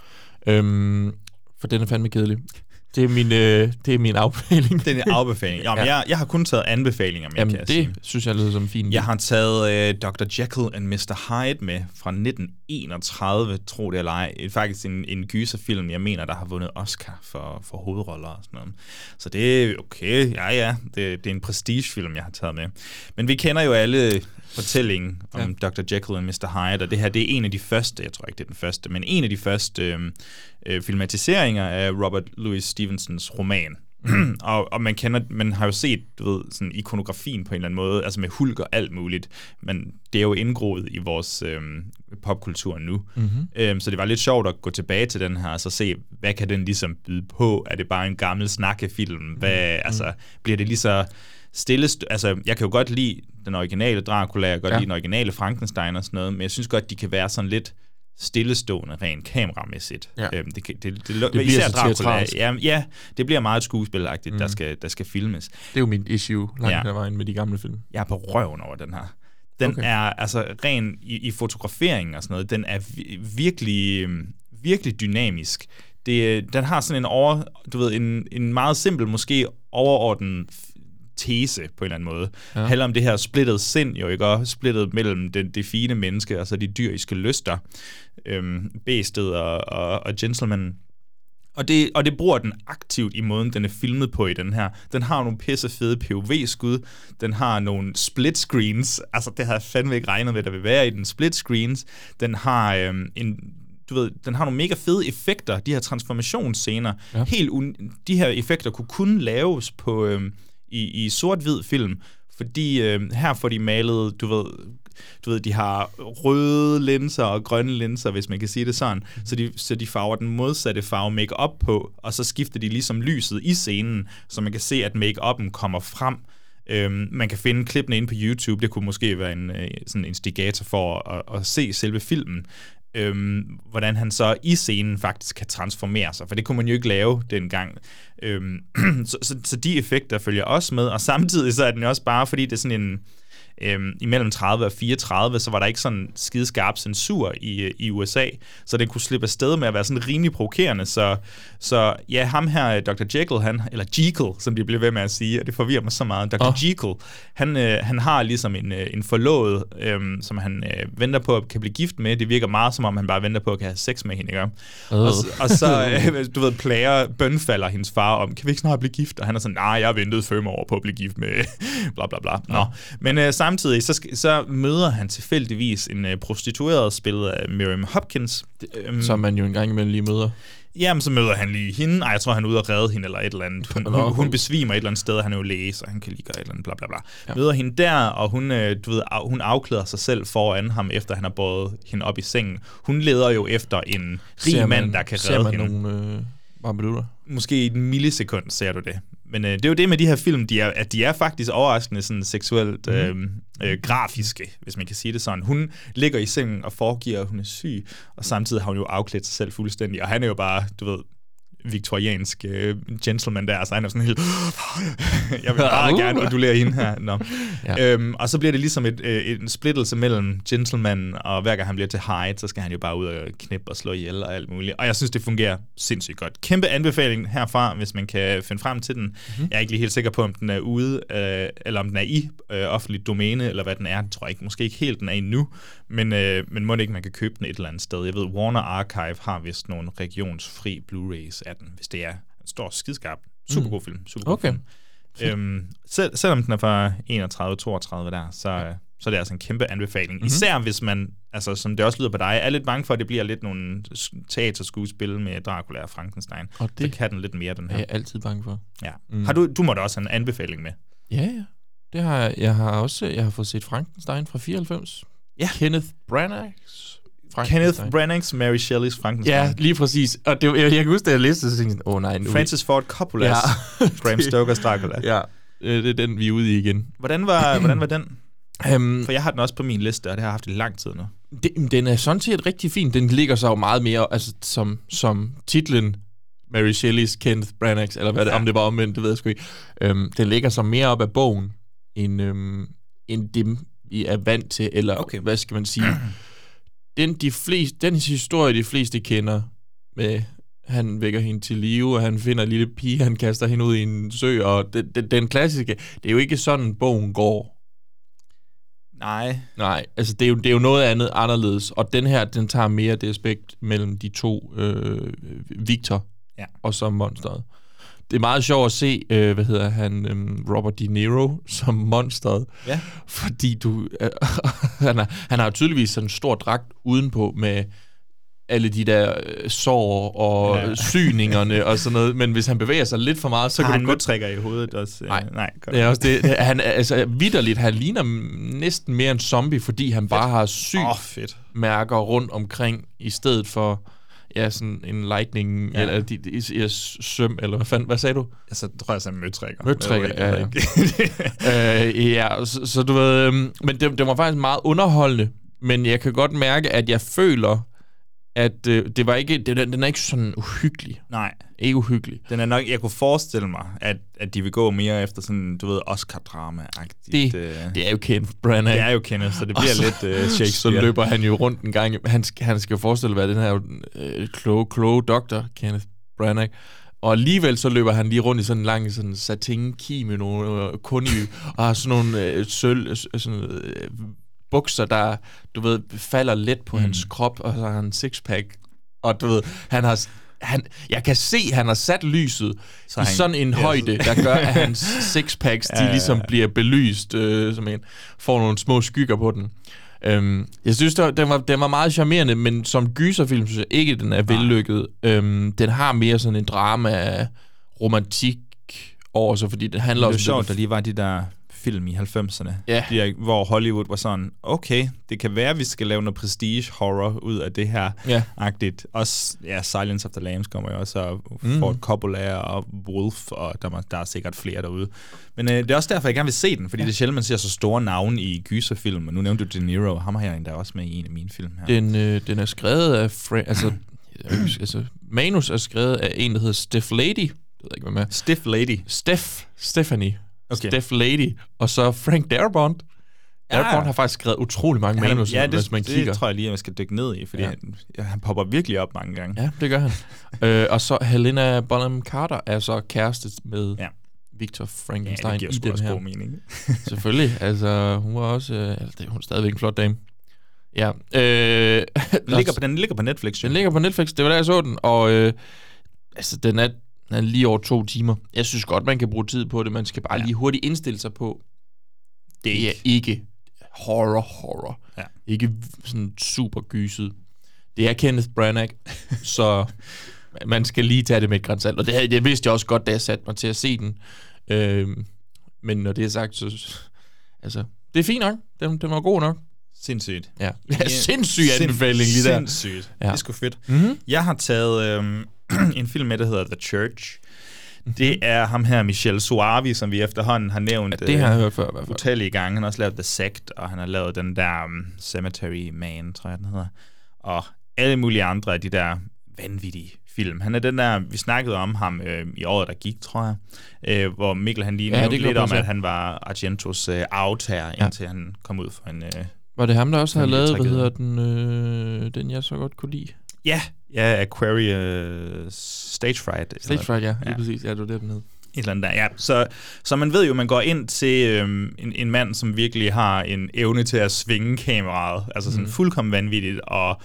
For den er fandme kedelig. Det er min afbefaling. Det er en afbefaling. Jamen, jeg har kun taget anbefalinger med, kan jeg sige. Det synes jeg lyder som fint. Jeg har taget Dr. Jekyll and Mr. Hyde med fra 1931, tro det eller ej. Faktisk en gyserfilm, jeg mener, der har vundet Oscar for hovedroller og sådan noget. Så det er okay. Ja. Det er en prestigefilm, jeg har taget med. Men vi kender jo alle fortællingen om Dr. Jekyll and Mr. Hyde, og det her, det er en af de første, jeg tror ikke, det er den første, men en af de første filmatiseringer af Robert Louis Stevensons roman. Og man har jo set, du ved, sådan ikonografien på en eller anden måde, altså med Hulk og alt muligt, men det er jo indgroet i vores popkultur nu. Så det var lidt sjovt at gå tilbage til den her, og så se, hvad kan den ligesom byde på? Er det bare en gammel snakkefilm? Altså, bliver det lige så stille... Altså, jeg kan jo godt lide den originale Dracula, jeg kan godt lide den originale Frankenstein og sådan noget, men jeg synes godt, de kan være sådan lidt stillestående rent kameramæssigt. Ja. Det bliver især Dracula. Ja, det bliver meget skuespilagtigt, der skal filmes. Det er jo mit issue langt der vejen med de gamle film. Jeg er på røven over den her. Den er altså ren i fotograferingen og sådan noget. Den er virkelig, virkelig dynamisk. Den har sådan en meget simpel, måske overordnet tese på en eller anden måde. Ja. Handler om det her splittet sind, jo ikke? Og splittet mellem det fine menneske og så de dyriske lyster. Bæstet og gentleman. Og det bruger den aktivt i måden, den er filmet på i den her. Den har nogle pissefede POV-skud. Den har nogle split screens. Altså, det har jeg fandme ikke regnet med, der vil være i den split screens. Den har den har nogle mega fede effekter, de her transformationsscener. Ja. De her effekter kunne kun laves på... i sort-hvid film, fordi her får de malet, du ved, de har røde linser og grønne linser, hvis man kan sige det sådan, så de farver den modsatte farve make-up på, og så skifter de ligesom lyset i scenen, så man kan se, at make-up'en kommer frem. Man kan finde klippene inde på YouTube, det kunne måske være sådan en instigator for at se selve filmen, hvordan han så i scenen faktisk kan transformere sig, for det kunne man jo ikke lave dengang. Så de effekter følger også med, og samtidig så er den også bare, fordi det er sådan en imellem 30 og 34, så var der ikke sådan skideskarp censur i USA, så den kunne slippe afsted med at være sådan rimelig provokerende. Så ja, ham her, Dr. Jekyll, eller Jekyll, som de bliver ved med at sige, og det forvirrer mig så meget. Dr. Jekyll, han har ligesom en forlovet, som han venter på at kan blive gift med. Det virker meget som om, han bare venter på at kan have sex med hende, ikke? Og så, du ved, bønfalder hendes far om, kan vi ikke snart blive gift? Og han er sådan, nej, jeg har ventet 5 år på at blive gift med bla bla bla. Nå. Men samtidig, så møder han tilfældigvis en prostitueret, spillet af Miriam Hopkins. Som man jo engang imellem lige møder. Jamen, så møder han lige hende. Ej, jeg tror, han er ude at redde hende eller et eller andet. Hun besvimer et eller andet sted, han er jo læge, så han kan lige gøre et eller andet, bla bla bla. Ja. Møder hende der, og hun afklæder sig selv foran ham, efter han har båret hende op i sengen. Hun leder jo efter en rig mand, der kan redde hende. Ser man nogle minutter? Måske i en millisekund ser du det. Men det er jo det med de her film, de er faktisk overraskende sådan seksuelt grafiske, hvis man kan sige det sådan. Hun ligger i sengen og foregiver, at hun er syg, og samtidig har hun jo afklædt sig selv fuldstændig, og han er jo bare, du ved, viktoriansk gentleman der, så han er sådan helt, jeg vil bare gerne ondulere hende her. No. Ja. Og så bliver det ligesom en splittelse mellem gentlemanen, og hver gang han bliver til Hyde, så skal han jo bare ud og knippe og slå ihjel og alt muligt. Og jeg synes, det fungerer sindssygt godt. Kæmpe anbefaling herfra, hvis man kan finde frem til den. Mm-hmm. Jeg er ikke lige helt sikker på, om den er ude, eller om den er i offentligt domæne, eller hvad den er. Det tror jeg ikke. Måske ikke helt, den er endnu, men må det ikke, man kan købe den et eller andet sted. Jeg ved, Warner Archive har vist nogle regionsfri Blu-rays af den, hvis det er. Den står skideskarp. Supergod film. Supergod film. Selvom den er fra 31-32 der, så er det altså en kæmpe anbefaling. Mm-hmm. Især hvis man, altså som det også lyder på dig, er lidt bange for, at det bliver lidt nogle teaterskuespil med Dracula og Frankenstein. Og det så kan den lidt mere, den her. Jeg er altid bange for. Ja. Har du må da også have en anbefaling med? Ja. Det har jeg har fået set Frankenstein fra 94. Ja. Kenneth Branagh's Mary Shelley's Frankenstein. Ja, lige præcis. Og det, jeg kan huske, da jeg læste det, så tænkte jeg, nej, nu... Francis Ford Coppola's Bram Stoker's Dracula. Ja, det er den, vi er ude i igen. Hvordan var den? For jeg har den også på min liste, og det har jeg haft i lang tid nu. Den er sådan set rigtig fin. Den ligger så jo meget mere, altså som titlen Mary Shelley's Kenneth Branagh's, eller hvad det, om det var omvendt, det ved jeg sgu ikke. Den ligger så mere op af bogen, end det, vi er vant til, eller hvad skal man sige... Den historie, de fleste kender, med han vækker hende til live, og han finder en lille pige, han kaster hende ud i en sø, og den klassiske, det er jo ikke sådan, bogen går. Nej, altså det er jo noget anderledes, og den her, den tager mere det aspekt mellem de to, Victor og så monsteret. Det er meget sjovt at se, Robert De Niro som monsteret. Ja. Fordi han har tydeligvis sådan en stor dragt udenpå med alle de der sår og syningerne og sådan noget. Men hvis han bevæger sig lidt for meget, så kan han mødtrækker i hovedet også. Nej, det er også det. Han altså vitterligt, han ligner næsten mere en zombie, fordi han bare har mærker rundt omkring i stedet for... Ja, sådan en lightning, eller søm, eller hvad sagde du? Altså, tror jeg, mødtrækker. Mødtrækker, ja. Så du ved, men det var faktisk meget underholdende, men jeg kan godt mærke, at jeg føler, at det var ikke, den er ikke sådan uhyggelig. Nej. Ikke uhyggelig. Den er nok, jeg kunne forestille mig, at de vil gå mere efter sådan, du ved, Oscar-drama-agtigt. Det er jo Kenneth Branagh. Det er jo Kenneth, så det bliver lidt Shakespeare. Så løber han jo rundt en gang. Han skal jo forestille være den her kloge doktor, Kenneth Branagh. Og alligevel så løber han lige rundt i sådan en lang sådan satin-ki med nogle kunige, og har sådan nogle bukser, der, du ved, falder let på hans krop, og så har han en sixpack. Og du ved, jeg kan se, at han har sat lyset i sådan en højde, der gør, at hans sixpacks, de ligesom bliver belyst, som en får nogle små skygger på den. Jeg synes, den var meget charmerende, men som gyserfilm synes jeg ikke, den er vellykket. Den har mere sådan en drama, romantik over sig, fordi det handler også... Det er sjovt, der lige var de der film i 90'erne. Ja. Hvor Hollywood var sådan, okay, det kan være, at vi skal lave noget prestige-horror ud af det her. Agtigt. Også, Silence of the Lambs kommer jo også, og Ford Coppola og Wolf, og der er sikkert flere derude. Men det er også derfor, jeg gerne vil se den, fordi det er sjældent, man ser så store navne i gyserfilm, og nu nævnte du De Niro, ham har jeg endda også med i en af mine film her. Den er skrevet af... altså, manus er skrevet af en, der hedder Steph Lady. Jeg ved ikke, hvad med. Stiff Lady. Stephanie. Okay. Steph Lady. Og så Frank Darabont. Darabont har faktisk skrevet utrolig mange manus, hvis man kigger. Det tror jeg lige, at man skal dykke ned i, fordi han popper virkelig op mange gange. Ja, det gør han. Og så Helena Bonham Carter er så kæreste med Victor Frankenstein i den her. God mening. Selvfølgelig. Altså, hun var også... hun er stadigvæk en flot dame. Ja. Den ligger på Netflix. Den ligger på Netflix. Det var da jeg så den. Og den er lige over 2 timer. Jeg synes godt, man kan bruge tid på det. Man skal bare lige hurtigt indstille sig på. Det er ikke horror. Ja. Ikke sådan super gyset. Det er Kenneth Branagh, så man skal lige tage det med et gran salt. Og det vidste jeg også godt, da jeg satte mig til at se den. Men når det er sagt, så... Altså, det er fint nok. Den var god nok. Sindssygt. Ja, sindssyg anbefaling lige der. Sindssygt. Ja. Det er sgu fedt. Mm-hmm. Jeg har taget en film med, der hedder The Church. Mm-hmm. Det er ham her, Michel Soavi, som vi efterhånden har nævnt det har jeg hørt før, i hvert fald. Utallige gange. Han har også lavet The Sect, og han har lavet den der Cemetery Man, tror jeg, den hedder. Og alle mulige andre af de der vanvittige film. Han er den der, vi snakkede om ham i året, der gik, tror jeg, hvor Mikkel han lige nævnte lidt om, at han var Argentos aftager, indtil han kom ud for en... Var det ham, der også havde lavet, hvad hedder den jeg så godt kunne lide? Ja, Aquarius Stage Fright. Stage Fright, ja. Lige præcis. Ja, det var det, den hed. Et eller andet der, ja. Så man ved jo, man går ind til en mand, som virkelig har en evne til at svinge kameraet. Altså sådan fuldkommen vanvittigt.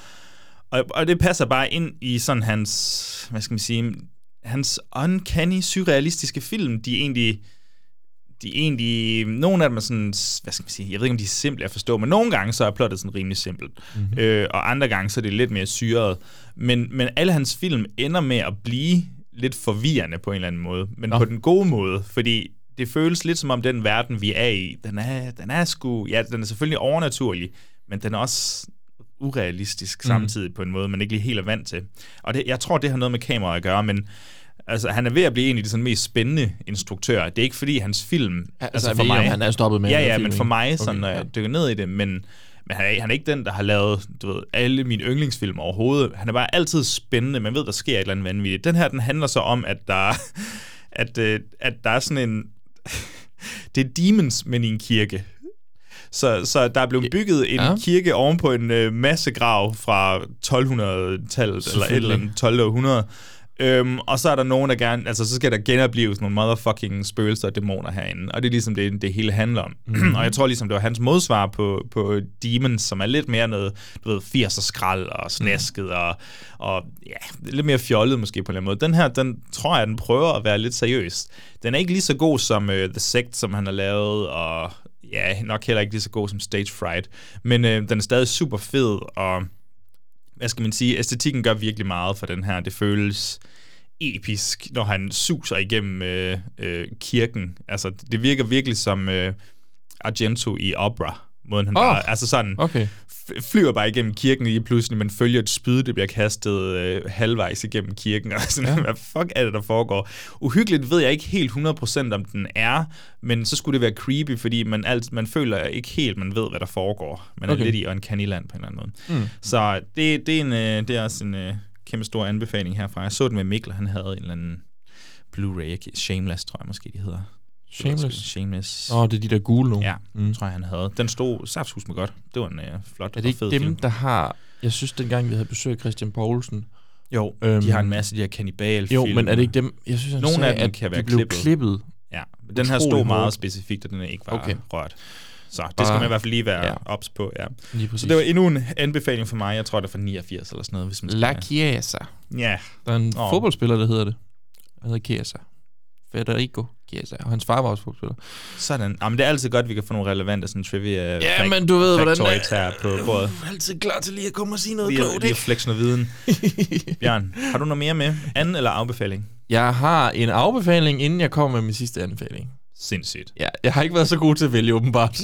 Og det passer bare ind i sådan hans, hvad skal man sige, hans uncanny, surrealistiske film. De er egentlig, nogle af dem er sådan, hvad skal man sige, jeg ved ikke, om de er simple at forstå, men nogle gange så er plottet sådan rimelig simpelt. Mm-hmm. Og andre gange så er det lidt mere syret. Men alle hans film ender med at blive lidt forvirrende på en eller anden måde, men på den gode måde, fordi det føles lidt som om den verden, vi er i, den er sgu, ja, den er selvfølgelig overnaturlig, men den er også urealistisk samtidig på en måde, man ikke lige helt er vant til. Og jeg tror, det har noget med kamera at gøre, men altså, han er ved at blive en af de sådan mest spændende instruktører. Det er ikke fordi hans film... Altså for mig... Han er stoppet med Ja, men for mig, sådan, når jeg dykker ned i det, men han er ikke den, der har lavet, du ved, alle mine yndlingsfilm overhovedet. Han er bare altid spændende. Man ved, der sker et eller andet vanvittigt. Den her, den handler så om, at der er sådan en... det er demons, men i en kirke. Så der er blevet bygget en kirke oven på en massegrav fra 1200-tallet, eller et eller andet 12. århundrede. Og så er der nogen, der gerne... Altså, så skal der genopleves nogle motherfucking spøgelser og dæmoner herinde. Og det er ligesom det hele handler om. Og jeg tror ligesom, det var hans modsvar på Demons, som er lidt mere noget, du ved, 80'er skrald og snasket og ja, lidt mere fjollet måske på en eller anden måde. Den her, den tror jeg, den prøver at være lidt seriøs. Den er ikke lige så god som The Sect, som han har lavet, og ja, nok heller ikke lige så god som Stage Fright. Men den er stadig super fed, og hvad skal man sige, æstetikken gør virkelig meget for den her. Det føles episk, når han suser igennem kirken. Altså, det virker virkelig som Argento i Opera. Måden han bare, altså sådan, flyver bare igennem kirken lige pludselig, men følger et spyd, det bliver kastet halvvejs igennem kirken. Og sådan, hvad fuck er det, der foregår? Uhyggeligt ved jeg ikke helt 100% om den er, men så skulle det være creepy, fordi man føler ikke helt, man ved, hvad der foregår. Man er lidt i uncanny land på en eller anden måde. Så det er også en kæmpe stor anbefaling herfra. Jeg så den med Mikkel, han havde en eller anden Blu-ray, Shameless, tror jeg måske, de hedder. Shameless. Det er de der gule nu. Ja, tror jeg, han havde. Den stod saftsus med godt. Det var en flot og fed film. Er det ikke dem, der har... Jeg synes, dengang vi havde besøgt Christian Poulsen... Jo, de har en masse af de her kannibalfilm. Jo, men er det ikke dem... Jeg synes, nogle af dem kan være klippet. Ja, men den her stod meget specifikt, og den er ikke bare rørt. Så det skal man i hvert fald lige være ops på, ja. Så det var endnu en anbefaling for mig. Jeg tror, det er fra 89 eller sådan noget. Hvis man skal La Chiesa. Ja. Der er en fodboldspiller, der hedder det. Der hedder Chiesa. Federico Chiesa, og hans far var også fodboldspiller. Sådan. Jamen, det er altid godt, at vi kan få nogle relevante sådan trivia. Ja, men du ved, hvordan det er på bordet. Jeg er altid klar til lige at komme og sige noget klogt. Lige at flexe noget viden. Bjørn, har du noget mere med? Anden eller afbefaling? Jeg har en afbefaling, inden jeg kommer med min sidste anbefaling. Sindssygt. Ja, jeg har ikke været så god til at vælge, åbenbart.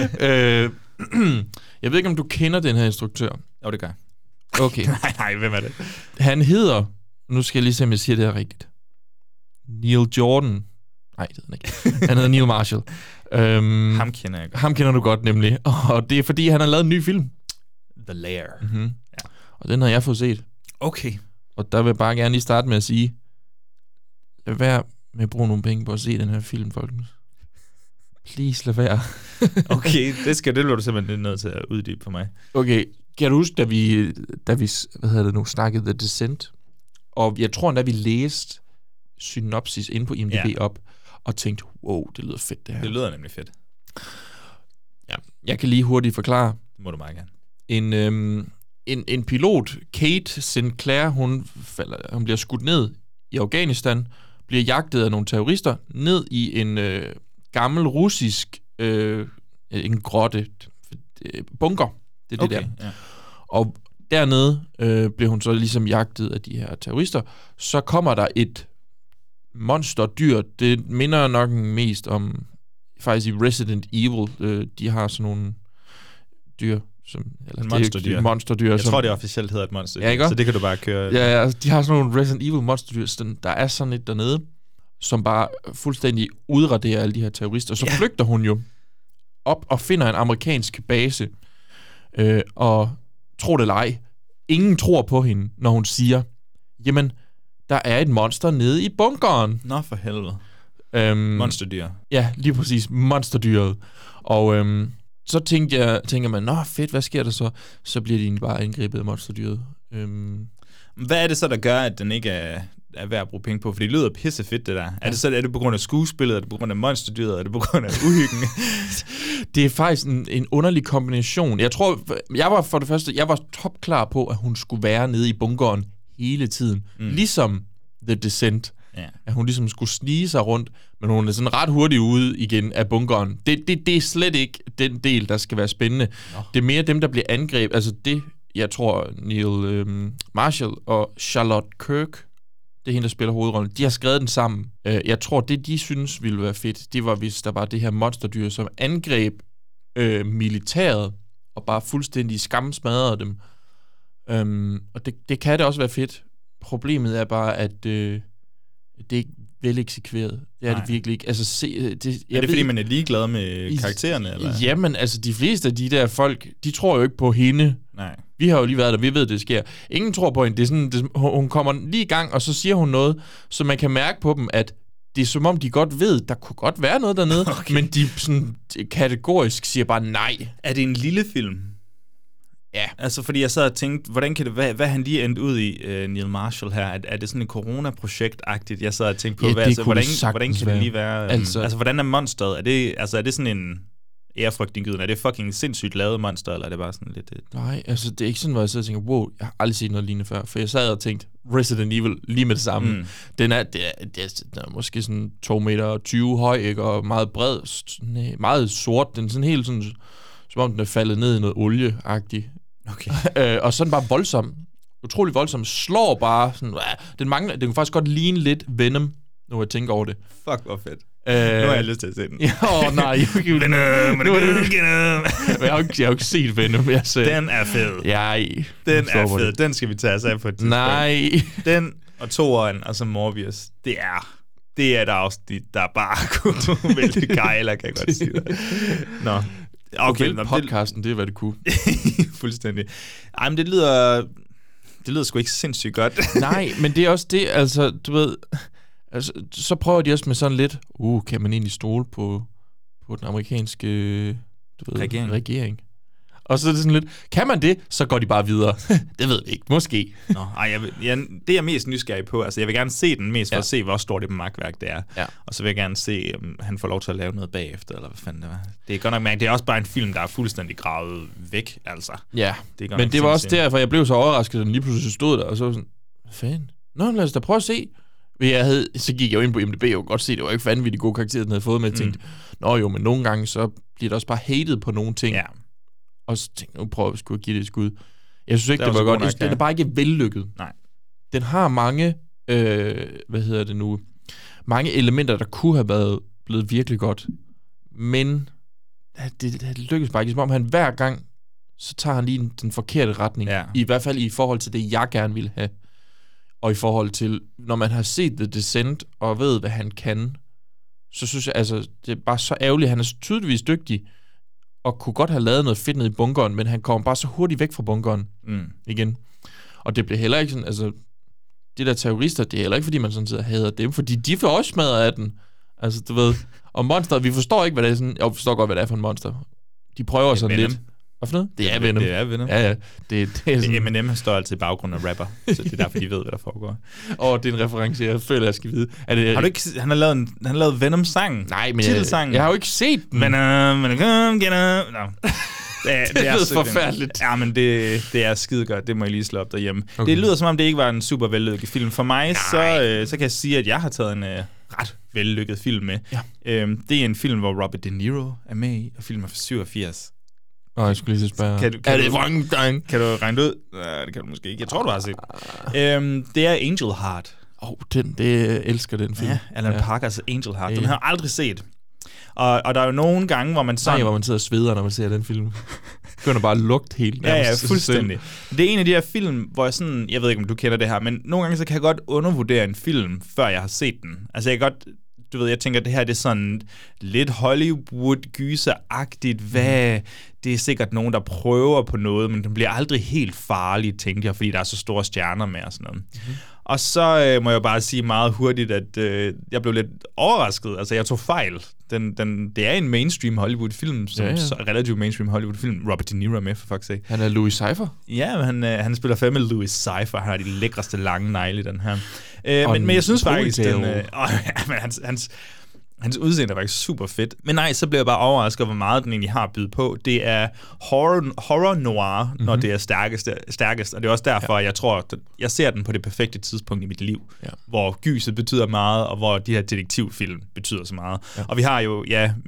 Jeg ved ikke, om du kender den her instruktør. Jo, det gør. Okay. nej, hvem er det? Han hedder, nu skal jeg lige se, om jeg siger det her rigtigt. Neil Jordan. Nej, det hedder han ikke. Han hedder Neil Marshall. Ham kender jeg godt. Ham kender du godt, nemlig. Og det er, fordi han har lavet en ny film. The Lair. Mm-hmm. Ja. Og den har jeg fået set. Okay. Og der vil jeg bare gerne lige starte med at sige, lad være med at bruge nogle penge på at se den her film, folkens. Please, lad være. Okay, det bliver du simpelthen nødt til at uddybe for mig. Okay, kan du huske, da vi snakkede The Descent, og jeg tror endda, vi læste synopsis inde på IMDb op, og tænkte, wow, det lyder fedt det her. Det lyder nemlig fedt. Ja, jeg kan lige hurtigt forklare. Det må du meget gerne. En pilot, Kate Sinclair, hun bliver skudt ned i Afghanistan, bliver jagtet af nogle terrorister, ned i en gammel russisk en grotte, bunker. Det er okay, det der. Ja. Og dernede bliver hun så ligesom jagtet af de her terrorister. Så kommer der et monsterdyr. Det minder nok mest om, faktisk i Resident Evil, de har sådan nogle dyr, monsterdyr. Jeg tror, det officielt hedder et monsterdyr, ja, så det kan du bare køre. Ja, de har sådan nogle Resident Evil monsterdyr. Der er sådan et dernede, som bare fuldstændig udraderer alle de her terrorister. Så flygter hun jo op og finder en amerikansk base, og tro det eller ej, ingen tror på hende, når hun siger, jamen, der er et monster nede i bunkeren. Nå, for helvede. Monsterdyr. Ja, lige præcis. Monsterdyret. Og så tænker man, nå fedt, hvad sker der så? Så bliver de egentlig bare angrebet af monsterdyret. Hvad er det så, der gør, at den ikke er værd at bruge penge på? For det lyder pissefedt, det der. Ja. Er det på grund af skuespillet? Er det på grund af monsterdyret? Er det på grund af uhyggen? Det er faktisk en underlig kombination. Jeg tror, jeg var topklar på, at hun skulle være nede i bunkeren hele tiden. Ligesom The Descent. Ja. At hun ligesom skulle snige sig rundt, men hun er sådan ret hurtigt ude igen af bunkeren. Det er slet ikke den del, der skal være spændende. Nå. Det er mere dem, der bliver angrebet. Altså det, jeg tror, Neil Marshall og Charlotte Kirk, det er hende, der spiller hovedrollen, de har skrevet den sammen. Jeg tror, det de synes ville være fedt, det var, hvis der var det her monsterdyr, som angreb militæret, og bare fuldstændig skamsmadrede dem. Og det kan det også være fedt. Problemet er bare, at det er ikke vel eksekveret. Det er det virkelig ikke. Altså, er det fordi, man er ligeglad med karaktererne? Eller? Jamen, altså de fleste af de der folk, de tror jo ikke på hende. Nej. Vi har jo lige været der, vi ved, det sker. Ingen tror på hende. Det er sådan, hun kommer lige i gang, og så siger hun noget, så man kan mærke på dem, at det er som om, de godt ved, der kunne godt være noget dernede, men de sådan kategorisk siger bare nej. Er det en lille film? Ja. Altså, fordi jeg sad og tænkte, hvordan kan det, hvad han lige endt ud i, Neil Marshall her? Er det sådan et corona-projekt-agtigt? Jeg sad og tænkte på, hvordan kan det lige være? Altså, hvordan er monsteret? Er det sådan en ærefrygtindgydende? Er det fucking sindssygt lavet monster, eller er det bare sådan lidt... Nej, altså, det er ikke sådan, hvor jeg sidder og tænker, wow, jeg har aldrig set noget lignende før. For jeg sad og tænkte, Resident Evil lige med det samme. Den er måske sådan 2,20 meter høj, ikke? Og meget bred, meget sort. Den er sådan helt sådan, som om den er faldet ned i noget olieagtigt. Okay. Og sådan bare voldsom. Utrolig voldsom. Slår bare sådan... Den kunne faktisk godt ligne lidt Venom, når jeg tænker over det. Fuck, hvor fedt. Nu har jeg lyst til at se den. Nej. Jeg har jo ikke set Venom. Den er fed. Den er fed. Den skal vi tage os af på et tidspunkt. Nej. Den og toeren, og så Morbius. Det er et afsnit, der bare kunne vælge gejler, kan jeg godt sige det. Nå. Okay, podcasten, det er, hvad det kunne. Fuldstændig. Ej, men det lyder sgu ikke sindssygt godt. Nej, men det er også det, altså, du ved... Altså, så prøver de også med sådan lidt, kan man egentlig stole på den amerikanske regering? Og så er det sådan lidt, kan man det, så går de bare videre. Det ved jeg ikke, måske. Nå, det er jeg mest nysgerrig på. Altså, jeg vil gerne se den mest for at se, hvor stort det magtværk det er. Ja. Og så vil jeg gerne se, om han får lov til at lave noget bagefter, eller hvad fanden det var. Det er godt nok mærkeligt. Det er også bare en film, der er fuldstændig gravet væk, altså. Ja, men det var også derfor, jeg blev så overrasket, at den lige pludselig stod der, og så var sådan, hvad fanden? Nå, lad os da prøve at se. Så gik jeg jo ind på IMDb, og godt se, det var ikke vanvittigt gode karakterer, den havde fået med. Jeg tænkte, men nogle gange, så bliver det også bare hated på nogle ting. Ja. Og så tænkte jeg, nu prøver jeg sgu at give det et skud. Jeg synes ikke, det var godt. Den er bare ikke vellykket. Nej. Den har mange, mange elementer, der kunne have været blevet virkelig godt. Men det lykkes bare ikke. Som om han hver gang, så tager han lige den forkerte retning. Ja. I hvert fald i forhold til det, jeg gerne vil have. Og i forhold til, når man har set The Descent, og ved, hvad han kan, så synes jeg, altså, det er bare så ærgerligt. Han er så tydeligvis dygtig, og kunne godt have lavet noget fedt ned i bunkeren, men han kommer bare så hurtigt væk fra bunkeren igen. Og det bliver heller ikke sådan, altså, de der terrorister, det er heller ikke, fordi man sådan sidder og hader dem, fordi de får også smadret af den. Altså, du ved, og monster, vi forstår ikke, hvad det er sådan, jeg forstår godt, hvad det er for en monster. De prøver sådan Venom. lidt. Hvad for noget? Det er Venom. Det er Venom. Ja. Det er sådan... Eminem står altid i baggrunden og rapper, så det er derfor, de ved, hvad der foregår. Det er en reference, jeg føler, jeg skal vide. Har du ikke... Han har lavet Venom-sangen. Nej, men jeg har jo ikke set den. Men, det er forfærdeligt. Ja, men det er skide godt. Det må jeg lige slå op derhjemme. Okay. Det lyder, som om det ikke var en super vellykket film. For mig, så kan jeg sige, at jeg har taget en ret vellykket film med. Ja. Det er en film, hvor Robert De Niro er med i, og filmen er fra 87. Jeg skulle lige så spørge. Kan du regne det ud? Det kan du måske ikke. Jeg tror, du har set. Det er Angel Heart. Det elsker den film. Ja, Alan Parkers Angel Heart. Den har jeg aldrig set. Og der er jo nogle gange, hvor man sådan... hvor man sidder og sveder, når man ser den film. Begynder bare at lugte helt. Ja, fuldstændig. Det er en af de her film, hvor jeg sådan... Jeg ved ikke, om du kender det her, men nogle gange så kan jeg godt undervurdere en film, før jeg har set den. Altså, jeg kan godt... Du ved, jeg tænker, at det her det er sådan lidt Hollywood-gyser-agtigt. Det er sikkert nogen, der prøver på noget, men den bliver aldrig helt farlig, tænkte jeg, fordi der er så store stjerner med og sådan noget. Mm-hmm. Og så må jeg bare sige meget hurtigt, at jeg blev lidt overrasket. Altså, jeg tog fejl. Det er en mainstream Hollywood-film, relativt mainstream Hollywood-film. Robert De Niro er med, for fuck's sake. Han er Louis Cypher. Ja, han spiller fandme Louis Cypher. Han har de lækreste lange negle i den her. Men jeg synes faktisk, hans udseende er faktisk super fedt. Men nej, så bliver jeg bare overrasket, hvor meget den egentlig har at byde på. Det er horror noir, når det er stærkest. Og det er også derfor, jeg tror, at jeg ser den på det perfekte tidspunkt i mit liv. Ja. Hvor gyset betyder meget, og hvor de her detektivfilm betyder så meget. Ja. Og vi har jo,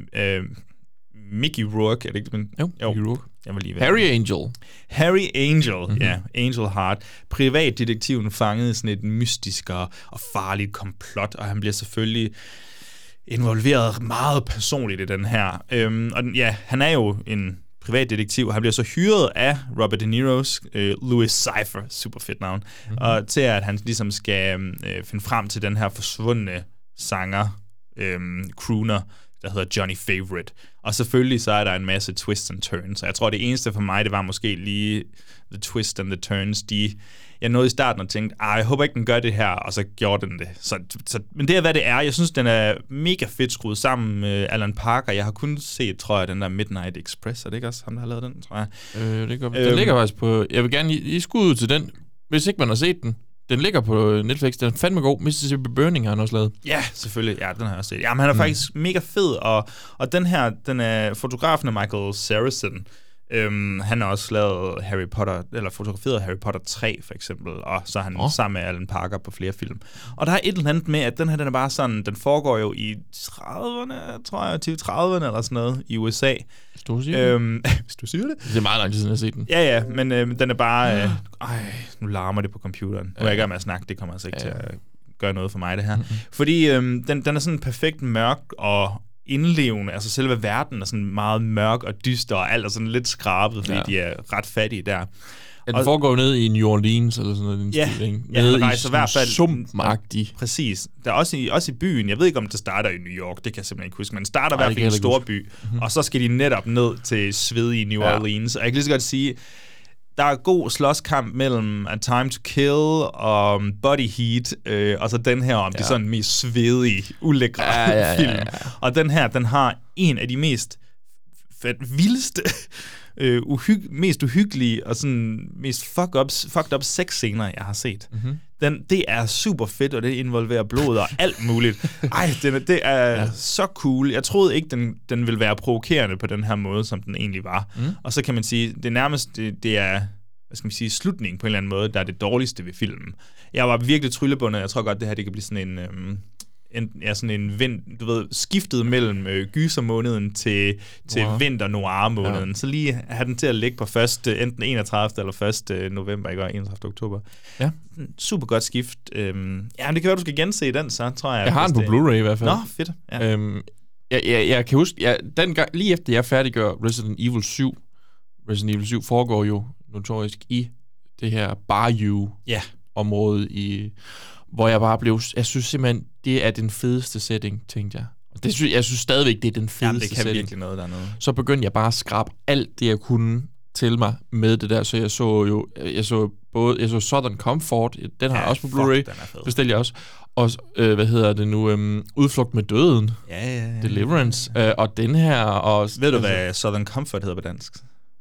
Mickey Rourke, er det ikke? Jo. Mickey Rourke. Jeg var lige Harry Angel. Ja. Angel Heart. Privatdetektiven fanget i sådan et mystisk og farligt komplot, og han bliver selvfølgelig involveret meget personligt i den her. Han er jo en privatdetektiv, og han bliver så hyret af Robert De Niro's Louis Cypher, super fedt navn, og til at han ligesom skal finde frem til den her forsvundne sanger, crooner, der hedder Johnny Favorite. Og selvfølgelig så er der en masse twists and turns, og jeg tror, det eneste for mig, det var måske lige the twist and the turns, jeg nåede i starten og tænkte, jeg håber ikke, den gør det her, og så gjorde den det. Men det er, hvad det er. Jeg synes, den er mega fedt skruet sammen med Alan Parker. Jeg har kun set, tror jeg, den der Midnight Express. Er det ikke også ham, der har lavet den, tror jeg? Den ligger faktisk på... Jeg vil gerne lige skudde ud til den, hvis ikke man har set den. Den ligger på Netflix. Den er fandme god. Mississippi Burning har han også lavet. Ja, selvfølgelig. Ja, den har jeg også set. Jamen, han er faktisk mega fed, og den her, den er fotografen af Michael Saracen. Han har også lavet Harry Potter, eller fotograferet Harry Potter 3 for eksempel, og så er han sammen med Alan Parker på flere film. Og der er et eller andet med, at den her, den er bare sådan, den foregår jo i 30'erne, tror jeg, 2030'erne eller sådan noget, i USA. Hvis du siger det. Hvis du siger det. Det er meget lang tid siden, jeg har set den. Ja, men den er bare, nu larmer det på computeren. Nu er jeg ikke med at snakke, det kommer altså ikke til at gøre noget for mig, det her. Fordi den er sådan perfekt mørk og indlevende, altså selve verden er sådan meget mørk og dyster, og alt er sådan lidt skrabet, fordi de er ret fattige der. Ja, den foregår ned i New Orleans, eller sådan noget. Nede i i hvert fald sumpmagtig. Præcis. Der er også i byen, jeg ved ikke, om det starter i New York, det kan jeg simpelthen ikke huske, men det starter i hvert fald i en stor by, og så skal de netop ned til svedige New Orleans, og jeg kan lige så godt sige, der er god slåskamp mellem A Time to Kill og Body Heat, og så den her om det sådan mest svedige, ulækre film. Og den her, den har en af de mest vildeste, mest uhyggelige og sådan mest fucked up sexscener, jeg har set. Det er super fedt, og det involverer blod og alt muligt. Det er så cool. Jeg troede ikke, den ville være provokerende på den her måde, som den egentlig var. Og så kan man sige, det er nærmest, det er, hvad skal man sige, slutningen på en eller anden måde, der er det dårligste ved filmen. Jeg var virkelig tryllebundet. Jeg tror godt, det her det kan blive sådan en vind, du ved, skiftet mellem gysermåneden til vinter-noir-måneden. Ja. Så lige have den til at ligge på enten 31. eller 1. november, ikke? 31. oktober. Ja. Super godt skift. Det kan være, du skal gense den, så tror jeg. Jeg har den på Blu-ray i hvert fald. Nå, fedt. Ja. Jeg kan huske, lige efter jeg færdiggør Resident Evil 7 foregår jo notorisk i det her Bayou-område, hvor jeg bare blev... Jeg synes simpelthen, det er den fedeste setting, tænkte jeg. Jeg synes stadigvæk, det er den fedeste setting. Det kan virkelig noget dernede. Så begyndte jeg bare at skrabe alt det, jeg kunne til mig med det der, så jeg så Southern Comfort, den har jeg også på Blu-ray, bestilte jeg også, og Udflugt med døden, Deliverance, og den her, og... Ved du, hvad Southern Comfort hedder på dansk?